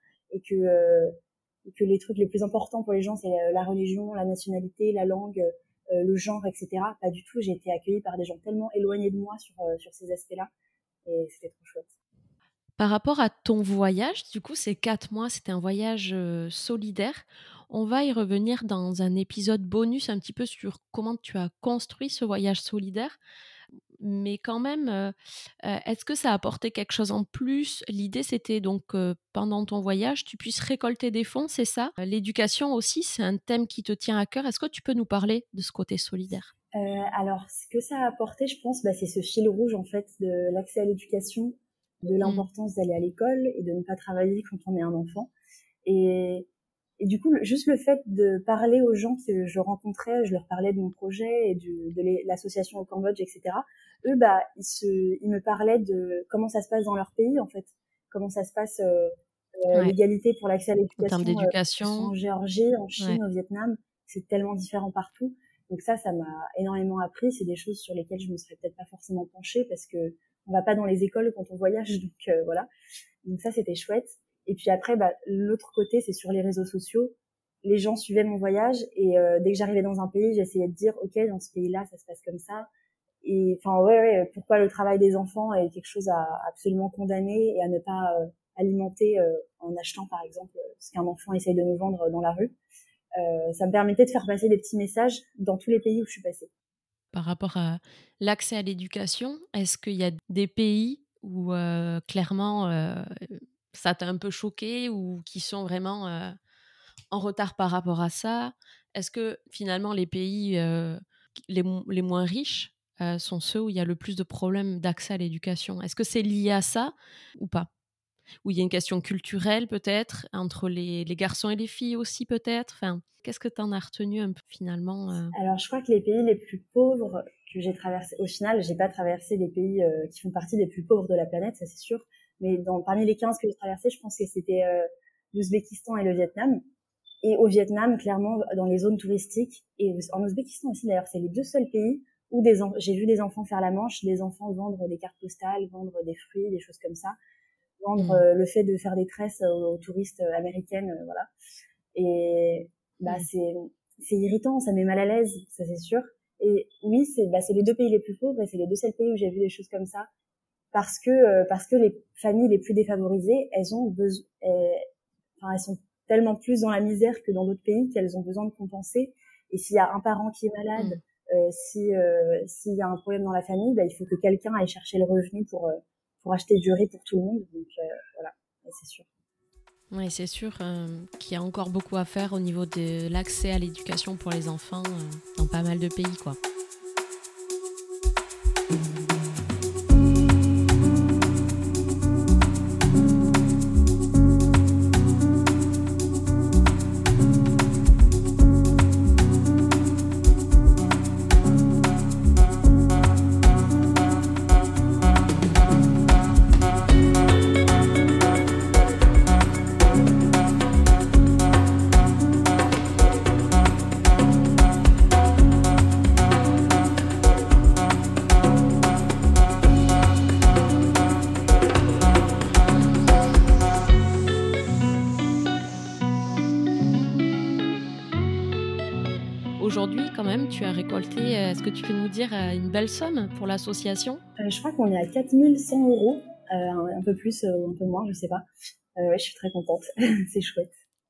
et que les trucs les plus importants pour les gens c'est la religion, la nationalité, la langue, le genre, etc. Pas du tout. J'ai été accueillie par des gens tellement éloignés de moi sur ces aspects-là et c'était trop chouette. Par rapport à ton voyage, du coup, ces 4 mois, c'était un voyage, solidaire. On va y revenir dans un épisode bonus un petit peu sur comment tu as construit ce voyage solidaire. Mais quand même, est-ce que ça a apporté quelque chose en plus? L'idée, c'était donc pendant ton voyage, tu puisses récolter des fonds, c'est ça? L'éducation aussi, c'est un thème qui te tient à cœur. Est-ce que tu peux nous parler de ce côté solidaire? Alors, ce que ça a apporté, je pense, c'est ce fil rouge en fait de l'accès à l'éducation, de Mmh. l'importance d'aller à l'école et de ne pas travailler quand on est un enfant. Et, et du coup, juste le fait de parler aux gens que je rencontrais, je leur parlais de mon projet et de l'association au Cambodge, etc. Eux, ils me parlaient de comment ça se passe dans leur pays en fait, comment ça se passe Ouais, l'égalité pour l'accès à en termes l'éducation, que ce soit d'éducation, en Géorgie, en ouais. Chine, au Vietnam, c'est tellement différent partout. Donc ça m'a énormément appris. C'est des choses sur lesquelles je me serais peut-être pas forcément penchée parce que on va pas dans les écoles quand on voyage, donc voilà. Donc ça, c'était chouette. Et puis après, l'autre côté, c'est sur les réseaux sociaux. Les gens suivaient mon voyage et dès que j'arrivais dans un pays, j'essayais de dire, ok, dans ce pays-là, ça se passe comme ça. Et enfin, ouais, pourquoi le travail des enfants est quelque chose à absolument condamner et à ne pas alimenter en achetant, par exemple, ce qu'un enfant essaye de nous vendre dans la rue. Ça me permettait de faire passer des petits messages dans tous les pays où je suis passée. Par rapport à l'accès à l'éducation, est-ce qu'il y a des pays où, clairement, ça t'a un peu choqué ou qui sont vraiment, en retard par rapport à ça? Est-ce que finalement les pays, les moins riches, sont ceux où il y a le plus de problèmes d'accès à l'éducation? Est-ce que c'est lié à ça ou pas? Ou il y a une question culturelle peut-être, entre les garçons et les filles aussi peut-être? Enfin, qu'est-ce que tu en as retenu un peu finalement, Alors, je crois que les pays les plus pauvres que j'ai traversés, au final, j'ai pas traversé des pays qui font partie des plus pauvres de la planète, ça c'est sûr. Mais parmi les 15 que j'ai traversés, je pense que c'était l'Ouzbékistan et le Vietnam. Et au Vietnam, clairement, dans les zones touristiques, et en Ouzbékistan aussi d'ailleurs, c'est les deux seuls pays j'ai vu des enfants faire la manche, des enfants vendre des cartes postales, vendre des fruits, des choses comme ça, vendre Mmh. le fait de faire des tresses aux touristes américaines, voilà. Et bah Mmh. c'est irritant, ça met mal à l'aise, ça c'est sûr. Et oui, c'est les deux pays les plus pauvres et c'est les deux seuls pays où j'ai vu des choses comme ça parce que les familles les plus défavorisées, elles ont besoin, enfin elles sont tellement plus dans la misère que dans d'autres pays qu'elles ont besoin de compenser. Et s'il y a un parent qui est malade, Mmh. s'il y a un problème dans la famille, bah, il faut que quelqu'un aille chercher le revenu pour acheter du riz pour tout le monde. Donc voilà, c'est sûr. Oui, c'est sûr qu'il y a encore beaucoup à faire au niveau de l'accès à l'éducation pour les enfants dans pas mal de pays, quoi. Aujourd'hui, quand même, tu as récolté, est-ce que tu peux nous dire une belle somme pour l'association? Je crois qu'on est à 4 100 €, un peu plus ou un peu moins, je sais pas. Ouais, je suis très contente, c'est chouette.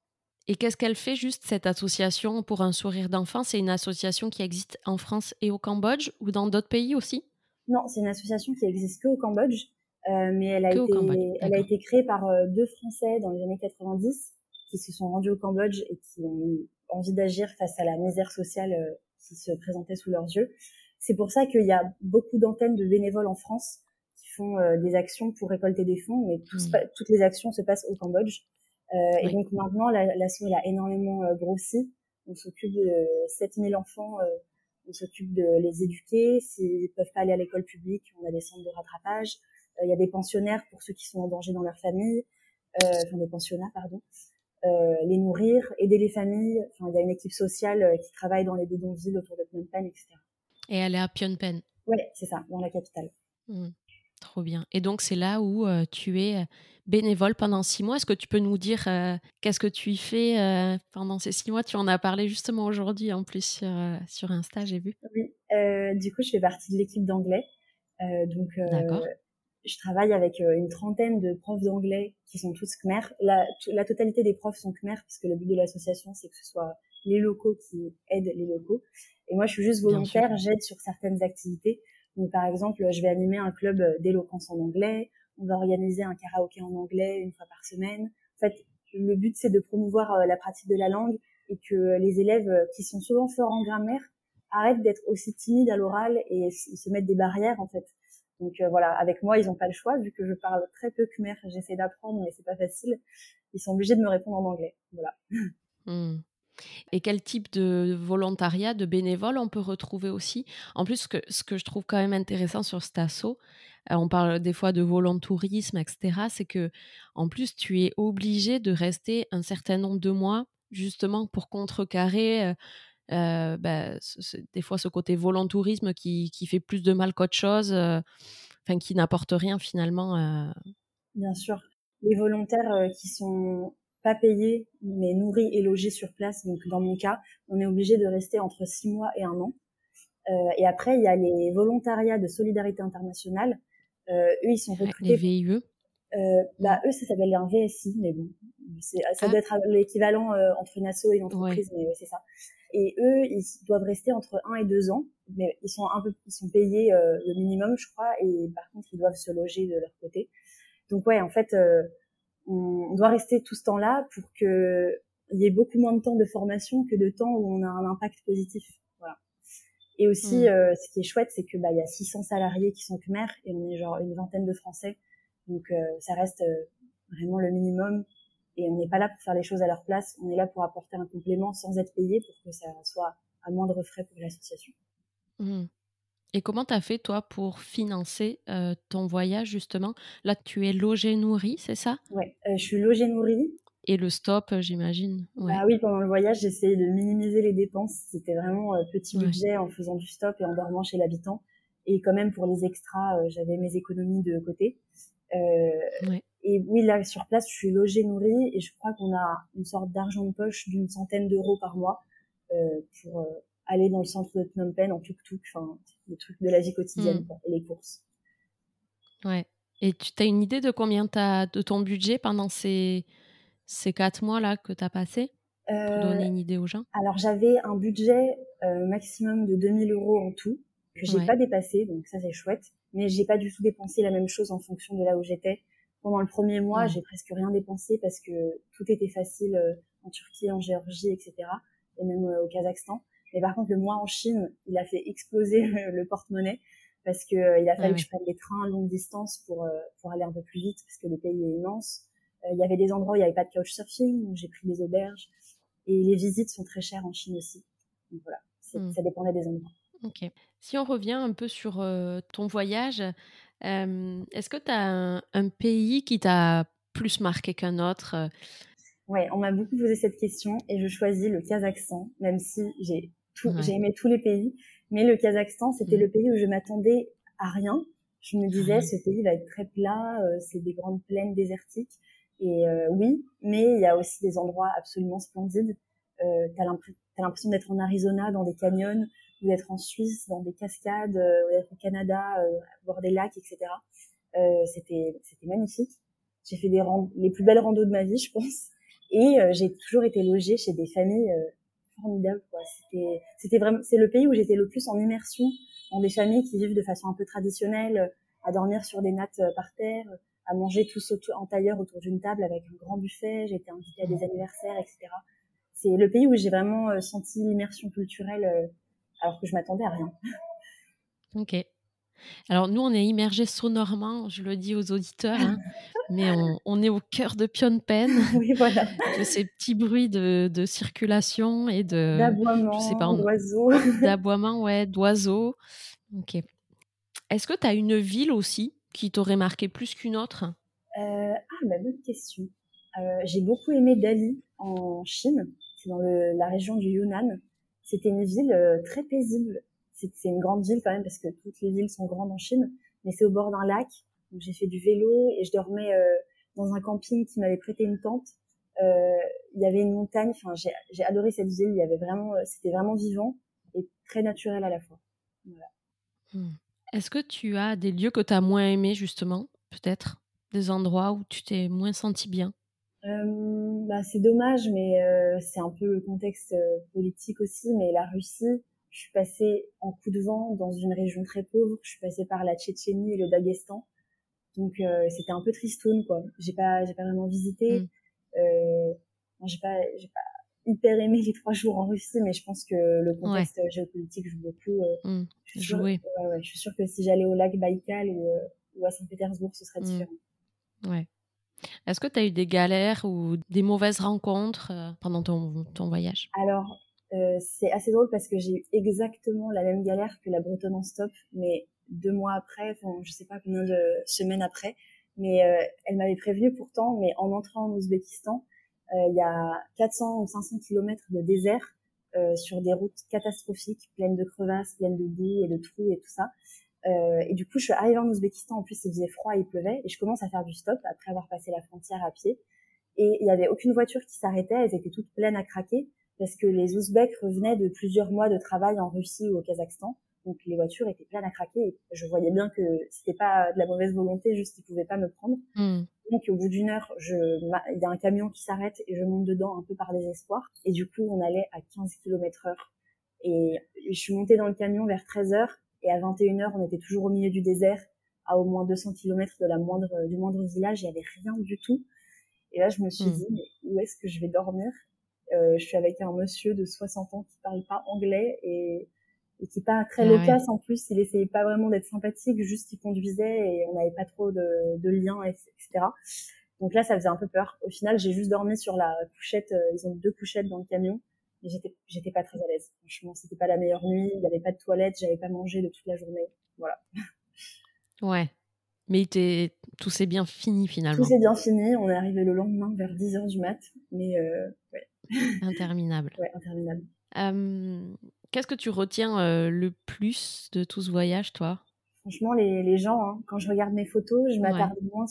Et qu'est-ce qu'elle fait juste cette association pour un sourire d'enfant? C'est une association qui existe en France et au Cambodge ou dans d'autres pays aussi? Non, c'est une association qui existe que au Cambodge, mais Que au Cambodge, elle a d'accord. été créée par deux Français dans les années 90 qui se sont rendus au Cambodge et qui ont eu envie d'agir face à la misère sociale qui se présentait sous leurs yeux. C'est pour ça qu'il y a beaucoup d'antennes de bénévoles en France qui font des actions pour récolter des fonds, mais Mmh. toutes les actions se passent au Cambodge. Et Oui. donc maintenant, l'asso elle a énormément grossi. On s'occupe de 7 000 enfants. On s'occupe de les éduquer. S'ils peuvent pas aller à l'école publique, on a des centres de rattrapage. Il y a des pensionnaires pour ceux qui sont en danger dans leur famille, enfin des pensionnats, pardon. Les nourrir, aider les familles. Enfin, il y a une équipe sociale qui travaille dans les bidonvilles autour de Phnom Penh, etc. Et elle est à Phnom Penh. Ouais, c'est ça, dans la capitale. Mmh. Trop bien. Et donc, c'est là où tu es bénévole pendant 6 mois. Est-ce que tu peux nous dire qu'est-ce que tu y fais pendant ces 6 mois? Tu en as parlé justement aujourd'hui en plus sur Insta, j'ai vu. Oui, du coup, je fais partie de l'équipe d'anglais. Donc, D'accord. je travaille avec une trentaine de profs d'anglais qui sont tous Khmer. La totalité des profs sont Khmer parce que le but de l'association, c'est que ce soit les locaux qui aident les locaux. Et moi, je suis juste Bien sûr. volontaire, j'aide sur certaines activités. Donc, par exemple, je vais animer un club d'éloquence en anglais. On va organiser un karaoké en anglais une fois par semaine. En fait, le but, c'est de promouvoir la pratique de la langue et que les élèves qui sont souvent forts en grammaire arrêtent d'être aussi timides à l'oral et ils se mettent des barrières, en fait. Donc voilà, avec moi, ils n'ont pas le choix, vu que je parle très peu khmer, j'essaie d'apprendre, mais c'est pas facile. Ils sont obligés de me répondre en anglais. Voilà. Mmh. Et quel type de volontariat, de bénévole on peut retrouver aussi? En plus, ce que je trouve quand même intéressant sur cet asso, on parle des fois de volontourisme, etc., c'est que en plus, tu es obligé de rester un certain nombre de mois justement pour contrecarrer des fois ce côté volontourisme qui fait plus de mal qu'autre chose, enfin qui n'apporte rien finalement. Bien sûr, les volontaires qui sont pas payés, mais nourris et logés sur place, donc dans mon cas, on est obligé de rester entre 6 mois et 1 an. Et après, il y a les volontariats de solidarité internationale. Eux, ils sont Les recrutés. VIE. Bah Mm. eux, ça s'appelle un VSI, mais bon, ça Ah, doit être l'équivalent entre une asso et une ouais. entreprise, mais ouais, c'est ça. Et eux, ils doivent rester entre 1 et 2 ans, mais ils sont payés le minimum, je crois, et par contre, ils doivent se loger de leur côté. Donc ouais, en fait, on doit rester tout ce temps-là pour que il y ait beaucoup moins de temps de formation que de temps où on a un impact positif. Voilà. Et aussi, Mm. ce qui est chouette, c'est que il y a 600 salariés qui sont Khmer et on est genre une vingtaine de Français. Donc ça reste vraiment le minimum. Et on n'est pas là pour faire les choses à leur place. On est là pour apporter un complément sans être payé pour que ça soit à moindre frais pour l'association. Mm. Et comment t'as fait toi pour financer ton voyage justement? Là, tu es logé, nourri, c'est ça? Ouais, je suis logée nourrie. Et le stop, j'imagine. Bah Ouais, oui, pendant le voyage, j'essayais de minimiser les dépenses. C'était vraiment petit ouais, budget en faisant du stop et en dormant chez l'habitant. Et quand même, pour les extras, j'avais mes économies de côté. Euh, ouais. et oui, là, sur place, je suis logée, nourrie, et je crois qu'on a une sorte d'argent de poche d'une centaine d'euros par mois pour aller dans le centre de Phnom Penh en tuk-tuk, enfin, les trucs de la vie Hmm, quotidienne, quoi, et les courses. ouais. Et tu as une idée de combien t'as de ton budget pendant ces 4 mois-là que tu as passé pour Euh, donner une idée aux gens? alors, j'avais un budget maximum de 2 000 € en tout, que j'ai Ouais, pas dépassé, donc ça, c'est chouette. Mais j'ai pas du tout dépensé la même chose en fonction de là où j'étais. Pendant le premier mois, hmm, j'ai presque rien dépensé parce que tout était facile en Turquie, en Géorgie, etc. Et même au Kazakhstan. Mais par contre, le mois en Chine, il a fait exploser le porte-monnaie parce que il a ah fallu que je ouais. prenne des trains à longue distance pour aller un peu plus vite parce que le pays est immense. Il y avait des endroits où il n'y avait pas de couchsurfing, donc j'ai pris des auberges. Et les visites sont très chères en Chine aussi. Donc voilà, Hmm, ça dépendait des endroits. ok. Si on revient un peu sur ton voyage, est-ce que tu as un pays qui t'a plus marqué qu'un autre? Ouais, on m'a beaucoup posé cette question et je choisis le Kazakhstan, même si j'ai Ouais. aimé tous les pays. Mais le Kazakhstan, c'était Hmm, le pays où je m'attendais à rien. Je me disais, rien. ce pays va être très plat, c'est des grandes plaines désertiques. Et oui, mais il y a aussi des endroits absolument splendides. T'as l'impression d'être en Arizona, dans des canyons, ou d'être en Suisse, dans des cascades, ou d'être au Canada, voir des lacs, etc. C'était magnifique. J'ai fait les plus belles randos de ma vie, je pense. Et j'ai toujours été logée chez des familles formidables, quoi. C'était vraiment, c'est le pays où j'étais le plus en immersion dans des familles qui vivent de façon un peu traditionnelle, à dormir sur des nattes par terre, à manger tous en tailleur autour d'une table avec un grand buffet. J'ai été invitée à Hmm, des anniversaires, etc. C'est le pays où j'ai vraiment senti l'immersion culturelle, alors que je m'attendais à rien. ok. Alors nous, on est immergés sonorement, je le dis aux auditeurs, hein, mais on est au cœur de Phnom Penh, Oui, voilà. de ces petits bruits de circulation et je sais pas, D'aboiements, d'oiseaux. d'aboiement, ouais, d'oiseaux. Ok. Est-ce que tu as une ville aussi qui t'aurait marqué plus qu'une autre? Bonne question. J'ai beaucoup aimé Dali en Chine. C'est dans la région du Yunnan. C'était une ville très paisible. C'est une grande ville quand même parce que toutes les villes sont grandes en Chine, mais c'est au bord d'un lac. Donc j'ai fait du vélo et je dormais dans un camping qui m'avait prêté une tente. Il y avait une montagne. Enfin, j'ai adoré cette ville. Il y avait vraiment, c'était vraiment vivant et très naturel à la fois. Voilà. Hmm. Est-ce que tu as des lieux que tu as moins aimés, justement, peut-être? Des endroits où tu t'es moins senti bien? C'est dommage, mais c'est un peu le contexte politique aussi. Mais la Russie, je suis passée en coup de vent dans une région très pauvre. Je suis passée par la Tchétchénie et le Daghestan, donc c'était un peu tristoun, quoi. J'ai pas vraiment visité. Hmm. Non, j'ai pas hyper aimé les 3 jours en Russie, mais je pense que le Ouais. contexte géopolitique joue beaucoup. Hmm. Je suis sûre, Jouer. je suis sûre que si j'allais au lac Baïkal ou à Saint-Pétersbourg, ce serait Hmm. différent. Ouais. Est-ce que tu as eu des galères ou des mauvaises rencontres pendant ton voyage? Alors, c'est assez drôle parce que j'ai eu exactement la même galère que la Bretonne en stop, mais 2 mois après, enfin, je sais pas combien de semaines après, mais elle m'avait prévenu pourtant, mais en entrant en Ouzbékistan, il y a 400 ou 500 kilomètres de désert sur des routes catastrophiques, pleines de crevasses, pleines de boue et de trous et tout ça. Et du coup, je suis arrivée en Ouzbékistan, en plus il faisait froid, il pleuvait, et je commence à faire du stop après avoir passé la frontière à pied. Et il y avait aucune voiture qui s'arrêtait, elles étaient toutes pleines à craquer parce que les Ouzbeks revenaient de plusieurs mois de travail en Russie ou au Kazakhstan. Donc les voitures étaient pleines à craquer et je voyais bien que c'était pas de la mauvaise volonté, juste ils pouvaient pas me prendre. Hmm. Donc au bout d'une heure, il y a un camion qui s'arrête et je monte dedans un peu par désespoir. Et du coup, on allait à 15 km/h. Et je suis montée dans le camion vers 13 heures et à 21 heures, on était toujours au milieu du désert, à au moins 200 km du moindre village, il y avait rien du tout. Et là, je me suis Hmm. dit, mais où est-ce que je vais dormir? Je suis avec un monsieur de 60 ans qui parle pas anglais et qui est pas très Ah ouais. loquace en plus. Il essayait pas vraiment d'être sympathique, juste il conduisait et on n'avait pas trop de liens, etc. Donc là, ça faisait un peu peur. Au final, j'ai juste dormi sur la couchette. Ils ont 2 couchettes dans le camion. Mais j'étais pas très à l'aise. Franchement, c'était pas la meilleure nuit. Il y avait pas de toilette. J'avais pas mangé de toute la journée. Voilà. Ouais. Mais Tout s'est bien fini Tout finalement. s'est bien fini. On est arrivé le lendemain vers 10h du mat. Mais ouais. Interminable. Ouais, interminable. Qu'est-ce que tu retiens le plus de tout ce voyage, toi? Franchement, les gens, hein, quand je regarde mes photos, je Ouais. m'attarde moins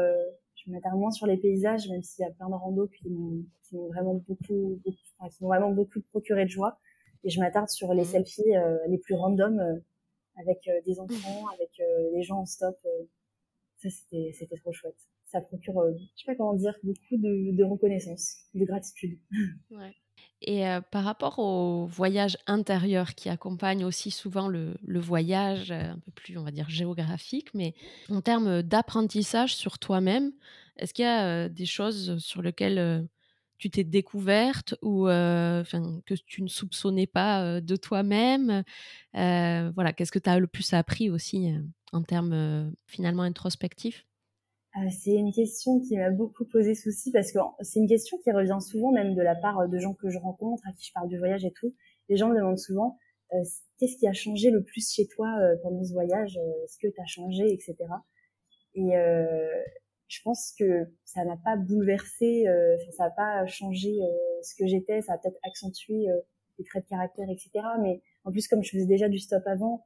sur les paysages, même s'il y a plein de randos qui m'ont vraiment qui m'ont vraiment beaucoup procuré de joie. Et je m'attarde sur les Mhm. selfies les plus random avec des enfants, avec des gens en stop. Ça, c'était trop chouette. Ça procure, je sais pas comment dire, beaucoup de reconnaissance, de gratitude. Ouais. Et par rapport au voyage intérieur qui accompagne aussi souvent le voyage un peu plus, on va dire, géographique, mais en termes d'apprentissage sur toi-même, est-ce qu'il y a des choses sur lesquelles tu t'es découverte ou que tu ne soupçonnais pas de toi-même? Voilà, qu'est-ce que tu as le plus appris aussi en termes finalement introspectifs? C'est une question qui m'a beaucoup posé souci parce que c'est une question qui revient souvent même de la part de gens que je rencontre, à qui je parle du voyage et tout. Les gens me demandent souvent qu'est-ce qui a changé le plus chez toi pendant ce voyage, est-ce que tu as changé, etc. Et je pense que ça n'a pas bouleversé, ça n'a pas changé ce que j'étais, ça a peut-être accentué les traits de caractère, etc. Mais en plus, comme je faisais déjà du stop avant,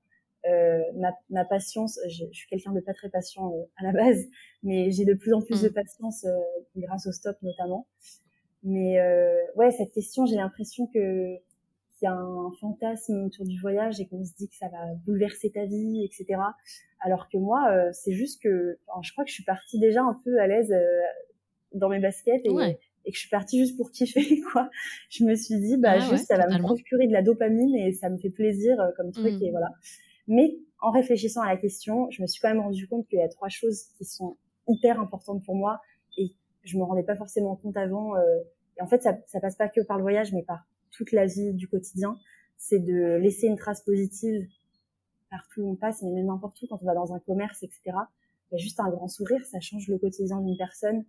ma patience, je suis quelqu'un de pas très patient à la base, mais j'ai de plus en plus de Mm. patience grâce au stop notamment. Mais ouais, cette question, j'ai l'impression que qu'il y a un fantasme autour du voyage et qu'on se dit que ça va bouleverser ta vie, etc. Alors que moi, c'est juste que, enfin, je crois que je suis partie déjà un peu à l'aise dans mes baskets Ouais, et que je suis partie juste pour kiffer, quoi. Je me suis dit, bah ouais, ouais, juste, ça va me totalement. procurer de la dopamine et ça me fait plaisir comme truc et Mm. voilà. Mais en réfléchissant à la question, je me suis quand même rendu compte qu'il y a 3 choses qui sont hyper importantes pour moi et je me rendais pas forcément compte avant. Et en fait, ça passe pas que par le voyage, mais par toute la vie du quotidien. C'est de laisser une trace positive partout où on passe, mais même n'importe où, quand on va dans un commerce, etc. Il y a juste un grand sourire, ça change le quotidien d'une personne.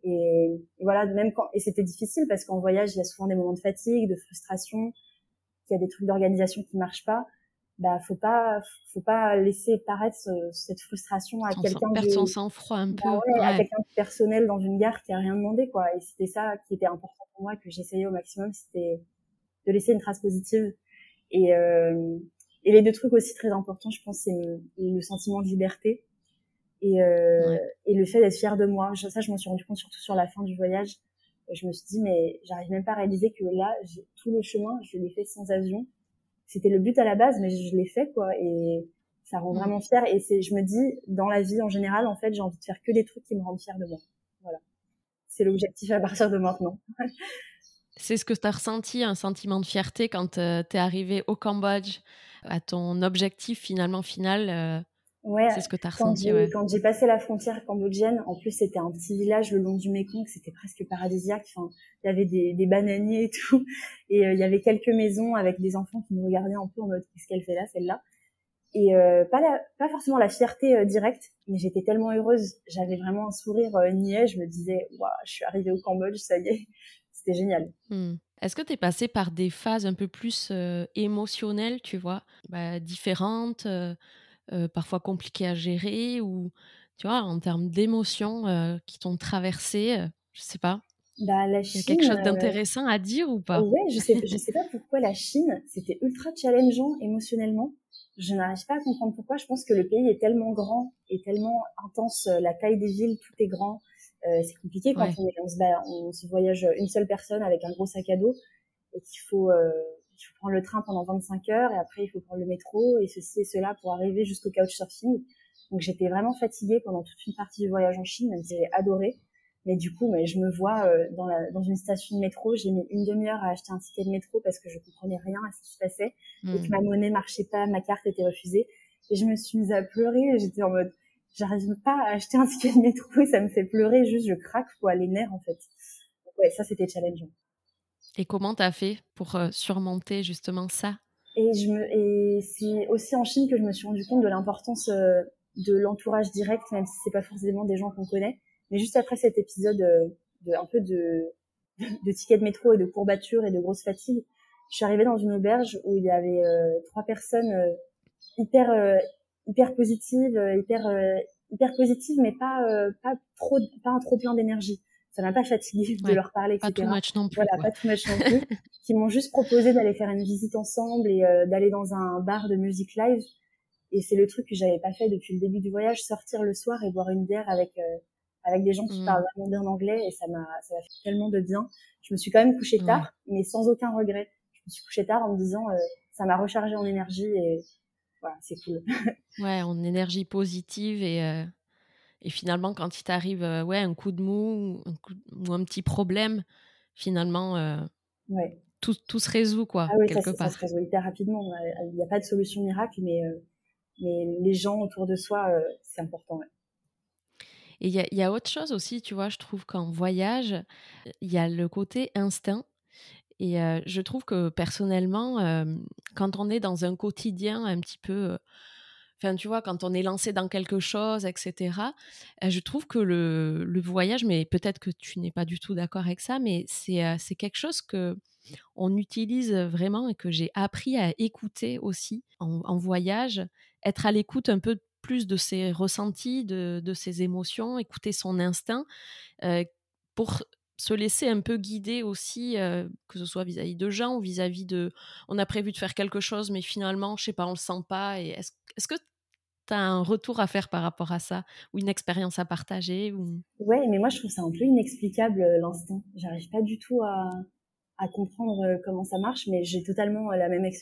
Et voilà, même quand, et c'était difficile parce qu'en voyage, il y a souvent des moments de fatigue, de frustration, qu'il y a des trucs d'organisation qui marchent pas. Bah, faut pas laisser paraître cette frustration à quelqu'un Perdre son de, sang-froid un bah peu. ouais, à Ouais. quelqu'un de personnel dans une gare qui a rien demandé, quoi. Et c'était ça qui était important pour moi, que j'essayais au maximum, c'était de laisser une trace positive. Et, euh, et les 2 trucs aussi très importants, je pense, c'est le sentiment de liberté et, euh, Ouais. et le fait d'être fière de moi. Ça, je m'en suis rendu compte surtout sur la fin du voyage. Je me suis dit, mais j'arrive même pas à réaliser que là, tout le chemin, je l'ai fait sans avion. C'était le but à la base, mais je l'ai fait, quoi. Et ça rend Mm. vraiment fière. Et je me dis, dans la vie en général, en fait, j'ai envie de faire que des trucs qui me rendent fière de moi. Voilà. C'est l'objectif à partir de maintenant. C'est ce que tu as ressenti, un sentiment de fierté quand tu es arrivé au Cambodge, à ton objectif finalement final, Ouais, c'est ce que tu as ressenti, ouais. quand j'ai passé la frontière cambodgienne, en plus c'était un petit village le long du Mékong, c'était presque paradisiaque. Enfin, il y avait des bananiers et tout, et il y avait quelques maisons avec des enfants qui nous regardaient un peu en mode qu'est-ce qu'elle fait là, celle-là. Et pas forcément la fierté directe, mais j'étais tellement heureuse, j'avais vraiment un sourire niais, je me disais waouh, je suis arrivée au Cambodge, ça y est, c'était génial. Mm. Est-ce que tu es passé par des phases un peu plus émotionnelles, tu vois, différentes, parfois compliquées à gérer, ou tu vois, en termes d'émotions qui t'ont traversé, je sais pas, Bah la il y a quelque Chine, chose d'intéressant à dire ou pas? ouais, je sais pas pourquoi la Chine, c'était ultra challengeant émotionnellement. Je n'arrive pas à comprendre pourquoi. Je pense que le pays est tellement grand et tellement intense. La taille des villes, tout est grand. C'est compliqué quand Ouais. on se voyage une seule personne avec un gros sac à dos et qu'il faut prendre le train pendant 25 heures et après il faut prendre le métro et ceci et cela pour arriver jusqu'au couchsurfing. Donc j'étais vraiment fatiguée pendant toute une partie du voyage en Chine, même si j'ai adoré. Mais du coup, mais je me vois dans une station de métro, j'ai mis une demi-heure à acheter un ticket de métro parce que je comprenais rien à ce qui se passait et que Mm. ma monnaie marchait pas, ma carte était refusée. Et je me suis mise à pleurer et j'étais en mode, j'arrive pas à acheter un ticket de métro et ça me fait pleurer, juste je craque, quoi, les nerfs en fait. Donc, ouais, ça c'était challengeant. Et comment t'as fait pour surmonter justement ça? Et c'est aussi en Chine que je me suis rendu compte de l'importance de l'entourage direct, même si c'est pas forcément des gens qu'on connaît. Mais juste après cet épisode un peu de tickets de métro et de courbatures et de grosses fatigues, je suis arrivée dans une auberge où il y avait 3 personnes hyper hyper positives, hyper hyper positive, mais pas un trop plein d'énergie. Ça m'a pas fatiguée de Ouais, leur parler, pas too etc. much non plus, Voilà, quoi. pas too much non plus. Qui m'ont juste proposé d'aller faire une visite ensemble et d'aller dans un bar de musique live. Et c'est le truc que j'avais pas fait depuis le début du voyage, sortir le soir et boire une bière avec des gens qui Mmh. parlent vraiment bien anglais, et ça m'a fait tellement de bien. Je me suis quand même couchée Ouais. tard, mais sans aucun regret. Je me suis couchée tard en me disant, ça m'a rechargé en énergie, et voilà, c'est cool. Ouais, en énergie positive et finalement, quand il t'arrive, ouais, un coup de mou ou un petit problème, finalement, Ouais. tout se résout, quoi, Ah oui, quelque ça se part. résout hyper rapidement. Il n'y a pas de solution miracle, mais les gens autour de soi, c'est important. Ouais. Et il y a autre chose aussi, tu vois? Je trouve qu'en voyage, il y a le côté instinct et je trouve que personnellement, quand on est dans un quotidien un petit peu, enfin, tu vois, quand on est lancé dans quelque chose et cetera, je trouve que le voyage, mais peut-être que tu n'es pas du tout d'accord avec ça, mais c'est quelque chose qu'on utilise vraiment et que j'ai appris à écouter aussi en voyage, être à l'écoute un peu plus de ses ressentis, de ses émotions, écouter son instinct, pour se laisser un peu guider aussi, que ce soit vis-à-vis de gens ou vis-à-vis de on a prévu de faire quelque chose, mais finalement, je sais pas, on le sent pas et est-ce que tu as un retour à faire par rapport à ça? Ou une expérience à partager ou Ouais, mais moi je trouve ça un peu inexplicable, l'instinct. J'arrive pas du tout à comprendre comment ça marche, mais j'ai totalement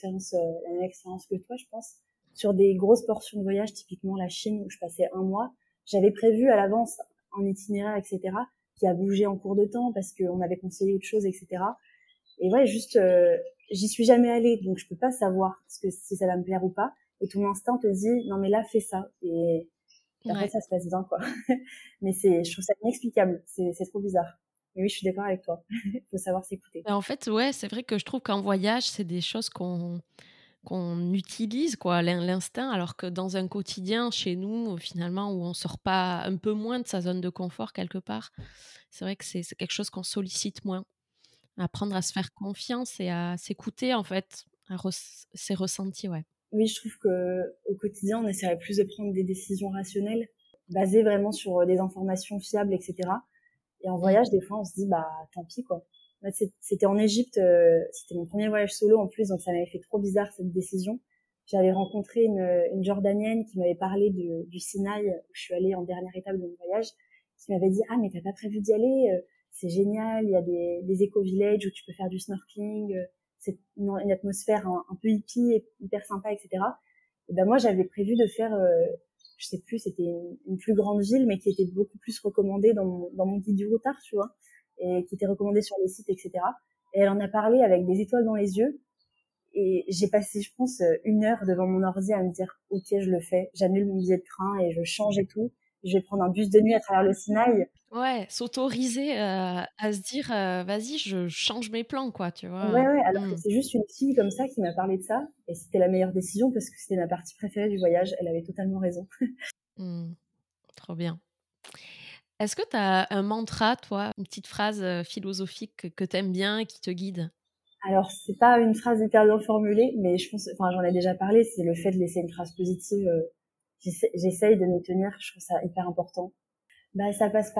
la même expérience que toi, je pense. Sur des grosses portions de voyage, typiquement la Chine où je passais un mois, j'avais prévu à l'avance un itinéraire, etc., qui a bougé en cours de temps parce qu'on m'avait conseillé autre chose, etc. Et ouais, juste, j'y suis jamais allée, donc je peux pas savoir si ça va me plaire ou pas. Et ton instinct te dit, non mais là, fais ça. Et après, ouais. ça se passe bien, quoi. Mais je trouve ça inexplicable. C'est trop bizarre. Mais oui, je suis d'accord avec toi. Il faut savoir s'écouter. Bah, en fait, ouais, c'est vrai que je trouve qu'en voyage, c'est des choses qu'on utilise, quoi, l'instinct, alors que dans un quotidien, chez nous, finalement, où on sort pas un peu moins de sa zone de confort quelque part, c'est vrai que c'est quelque chose qu'on sollicite moins. Apprendre à se faire confiance et à s'écouter, en fait, ses ressentis, ouais. Oui, je trouve que au quotidien, on essaierait plus de prendre des décisions rationnelles, basées vraiment sur des informations fiables, etc. Et en Mmh. voyage, des fois, on se dit, bah, tant pis, quoi. Moi, c'était en Égypte, c'était mon premier voyage solo en plus, donc ça m'avait fait trop bizarre cette décision. J'avais rencontré une Jordanienne qui m'avait parlé du Sinaï, où je suis allée en dernière étape de mon voyage, qui m'avait dit, ah, mais t'as pas prévu d'y aller, c'est génial, il y a des éco-villages où tu peux faire du snorkeling, c'est une atmosphère un peu hippie, hyper sympa, etc. Et ben moi, j'avais prévu de faire, je sais plus, c'était une plus grande ville, mais qui était beaucoup plus recommandée dans mon guide du routard, tu vois, et qui était recommandée sur les sites, etc. Et elle en a parlé avec des étoiles dans les yeux. Et j'ai passé, je pense, 1 heure devant mon ordi à me dire, ok, je le fais, j'annule mon billet de train et je change et tout. Je vais prendre un bus de nuit à travers le Sinaï. Ouais, s'autoriser, à se dire, «Vas-y, je change mes plans», quoi, tu vois? Ouais, ouais, alors que Mmh. c'est juste une fille comme ça qui m'a parlé de ça. Et c'était la meilleure décision parce que c'était ma partie préférée du voyage. Elle avait totalement raison. Mmh. Trop bien. Est-ce que tu as un mantra, toi, une petite phrase, philosophique que tu aimes bien et qui te guide? Alors, c'est pas une phrase hyper bien formulée, mais je pense, enfin, j'en ai déjà parlé, c'est le fait de laisser une trace positive. J'essaye de m'y tenir, je trouve ça hyper important. Bah,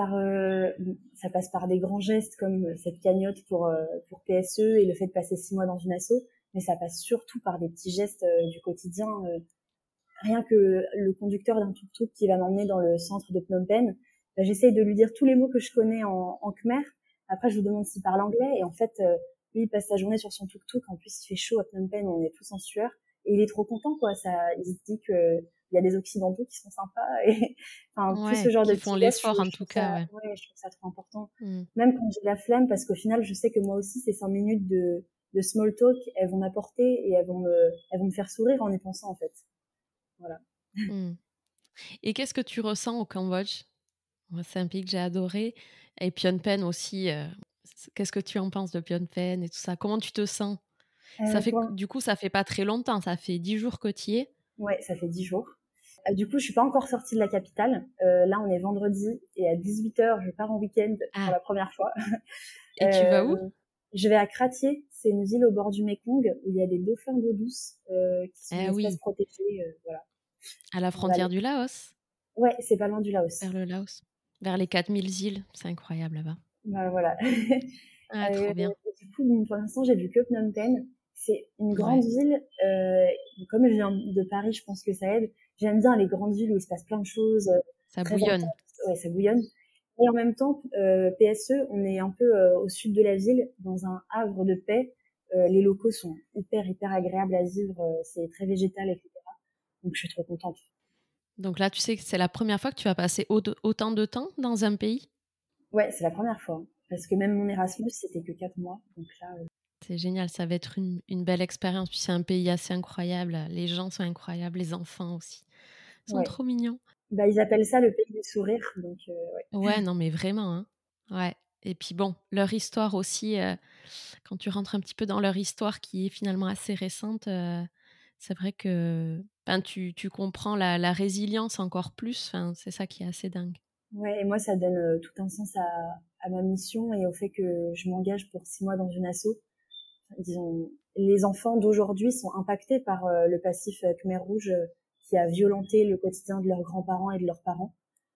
ça passe par des grands gestes comme cette cagnotte pour PSE et le fait de passer 6 mois dans une asso, mais ça passe surtout par des petits gestes du quotidien. Rien que le conducteur d'un tuk-tuk qui va m'emmener dans le centre de Phnom Penh, bah, j'essaye de lui dire tous les mots que je connais en khmer. Après, je lui demande s'il parle anglais, et en fait, lui, il passe sa journée sur son tuk-tuk. En plus, il fait chaud à Phnom Penh, on est tous en sueur, et il est trop content, quoi. Il se dit que il y a des occidentaux qui sont sympas, et enfin, plus ce Ouais, genre de qui font petits gestes, l'effort en je tout trouve ça, cas, ouais. ouais, je trouve ça trop important. Mmh. Même quand j'ai la flemme, parce qu'au final, je sais que moi aussi, ces 5 minutes de small talk, elles vont m'apporter et elles vont me faire sourire en y pensant, en fait. Voilà. Mmh. Et qu'est-ce que tu ressens au Cambodge? Moi, c'est un pays que j'ai adoré et Phnom Penh aussi, qu'est-ce que tu en penses de Phnom Penh et tout ça? Comment tu te sens? Ça fait Pour du coup, ça fait pas très longtemps, ça fait 10 jours que tu y es? Ouais, ça fait 10 jours. Du coup, je suis pas encore sortie de la capitale. Là, on est vendredi et à 18 h, je pars en week-end pour Ah, la première fois. et tu vas où? Je vais à Kratie, c'est une ville au bord du Mékong où il y a des dauphins d'eau douce qui sont une Eh espèce oui, protégée. Voilà. à la On va frontière aller. du Laos. Ouais, c'est pas loin du Laos. Vers le Laos. Vers les 4000 îles. C'est incroyable là-bas. Bah, voilà. Ah, trop bien. Du coup, bon, pour l'instant, j'ai vu que Phnom Penh. C'est une grande Ouais. ville. Comme je viens de Paris, je pense que ça aide. J'aime bien les grandes villes où il se passe plein de choses. Ça Très bouillonne. intenses. Ouais, ça bouillonne. Et en même temps, PSE, on est un peu au sud de la ville, dans un havre de paix. Les locaux sont hyper agréables à vivre. C'est très végétal, etc. Donc, je suis trop contente. Donc là, tu sais que c'est la première fois que tu vas passer autant de temps dans un pays? Ouais, c'est la première fois. Parce que même mon Erasmus, c'était que 4 mois. Donc là, C'est génial, ça va être une belle expérience. Puis c'est un pays assez incroyable. Les gens sont incroyables, les enfants aussi. Ils sont ouais. trop mignons. Bah, ils appellent ça le pays du sourire. Donc, ouais. Ouais, non, mais vraiment, hein. Ouais. Et puis bon, leur histoire aussi, quand tu rentres un petit peu dans leur histoire qui est finalement assez récente, c'est vrai que tu comprends la résilience encore plus. Enfin, c'est ça qui est assez dingue. Ouais, et moi, ça donne tout un sens à ma mission et au fait que je m'engage pour 6 mois dans une asso. Disons, les enfants d'aujourd'hui sont impactés par le passif Khmer Rouge qui a violenté le quotidien de leurs grands-parents et de leurs parents.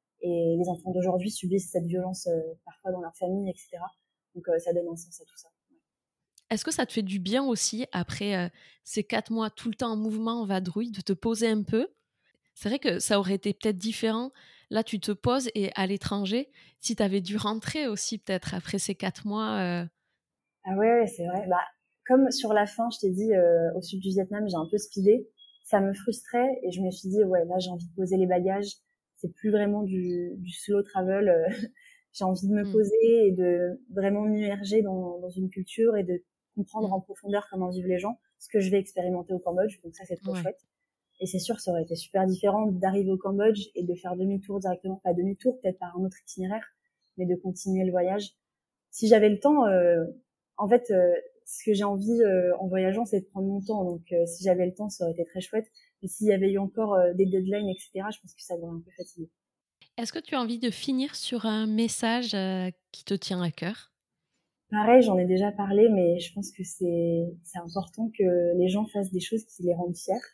Et les enfants d'aujourd'hui subissent cette violence parfois dans leur famille, etc. Donc, ça donne un sens à tout ça. Est-ce que ça te fait du bien aussi, après ces 4 mois tout le temps en mouvement, en vadrouille, de te poser un peu? C'est vrai que ça aurait été peut-être différent. Là, tu te poses et à l'étranger, si tu avais dû rentrer aussi peut-être après ces 4 mois. Ah ouais, c'est vrai. Bah, comme sur la fin, je t'ai dit, au sud du Vietnam, j'ai un peu speedé. Ça me frustrait et je me suis dit, ouais, là, j'ai envie de poser les bagages. C'est plus vraiment du slow travel. J'ai envie de me poser et de vraiment m'immerger dans une culture et de comprendre en profondeur comment vivent les gens, ce que je vais expérimenter au Cambodge. Donc ça, c'est trop chouette. Et c'est sûr, ça aurait été super différent d'arriver au Cambodge et de faire demi-tour directement, pas demi-tour, peut-être par un autre itinéraire, mais de continuer le voyage. Si j'avais le temps, en fait, ce que j'ai envie en voyageant, c'est de prendre mon temps. Donc, si j'avais le temps, ça aurait été très chouette. Mais s'il y avait eu encore des deadlines, etc., je pense que ça m'aurait un peu fatigué. Est-ce que tu as envie de finir sur un message qui te tient à cœur? Pareil, j'en ai déjà parlé, mais je pense que c'est important que les gens fassent des choses qui les rendent fiers.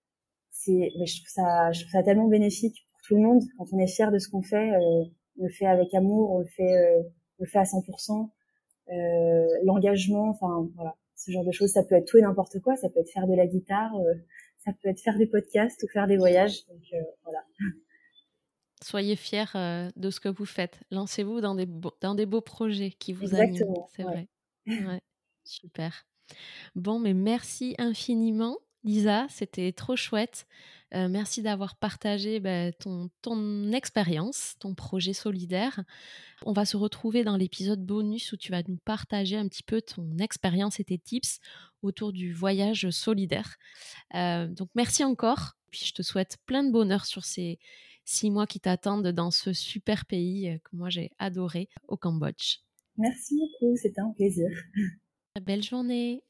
Mais je trouve ça tellement bénéfique pour tout le monde quand on est fier de ce qu'on fait. On le fait avec amour, on le fait à 100%. L'engagement, enfin voilà, ce genre de choses, ça peut être tout et n'importe quoi. Ça peut être faire de la guitare, ça peut être faire des podcasts ou faire des voyages. Donc voilà. Soyez fiers de ce que vous faites. Lancez-vous dans des beaux projets qui vous animent. Exactement. C'est Ouais. vrai. Ouais, super. Bon, mais merci infiniment, Lisa. C'était trop chouette. Merci d'avoir partagé ton expérience, ton projet solidaire. On va se retrouver dans l'épisode bonus où tu vas nous partager un petit peu ton expérience et tes tips autour du voyage solidaire. Donc, merci encore. Puis, je te souhaite plein de bonheur sur ces 6 mois qui t'attendent dans ce super pays que moi, j'ai adoré, au Cambodge. Merci beaucoup, c'était un plaisir. Belle journée.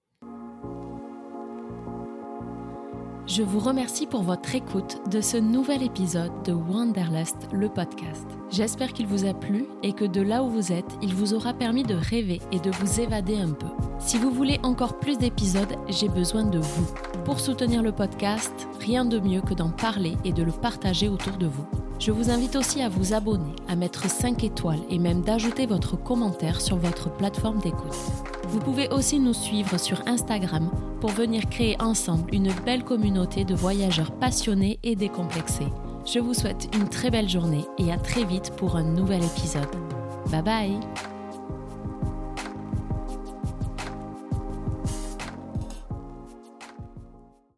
Je vous remercie pour votre écoute de ce nouvel épisode de Wanderlust, le podcast. J'espère qu'il vous a plu et que de là où vous êtes, il vous aura permis de rêver et de vous évader un peu. Si vous voulez encore plus d'épisodes, j'ai besoin de vous. Pour soutenir le podcast, rien de mieux que d'en parler et de le partager autour de vous. Je vous invite aussi à vous abonner, à mettre 5 étoiles et même d'ajouter votre commentaire sur votre plateforme d'écoute. Vous pouvez aussi nous suivre sur Instagram pour venir créer ensemble une belle communauté de voyageurs passionnés et décomplexés. Je vous souhaite une très belle journée et à très vite pour un nouvel épisode. Bye bye!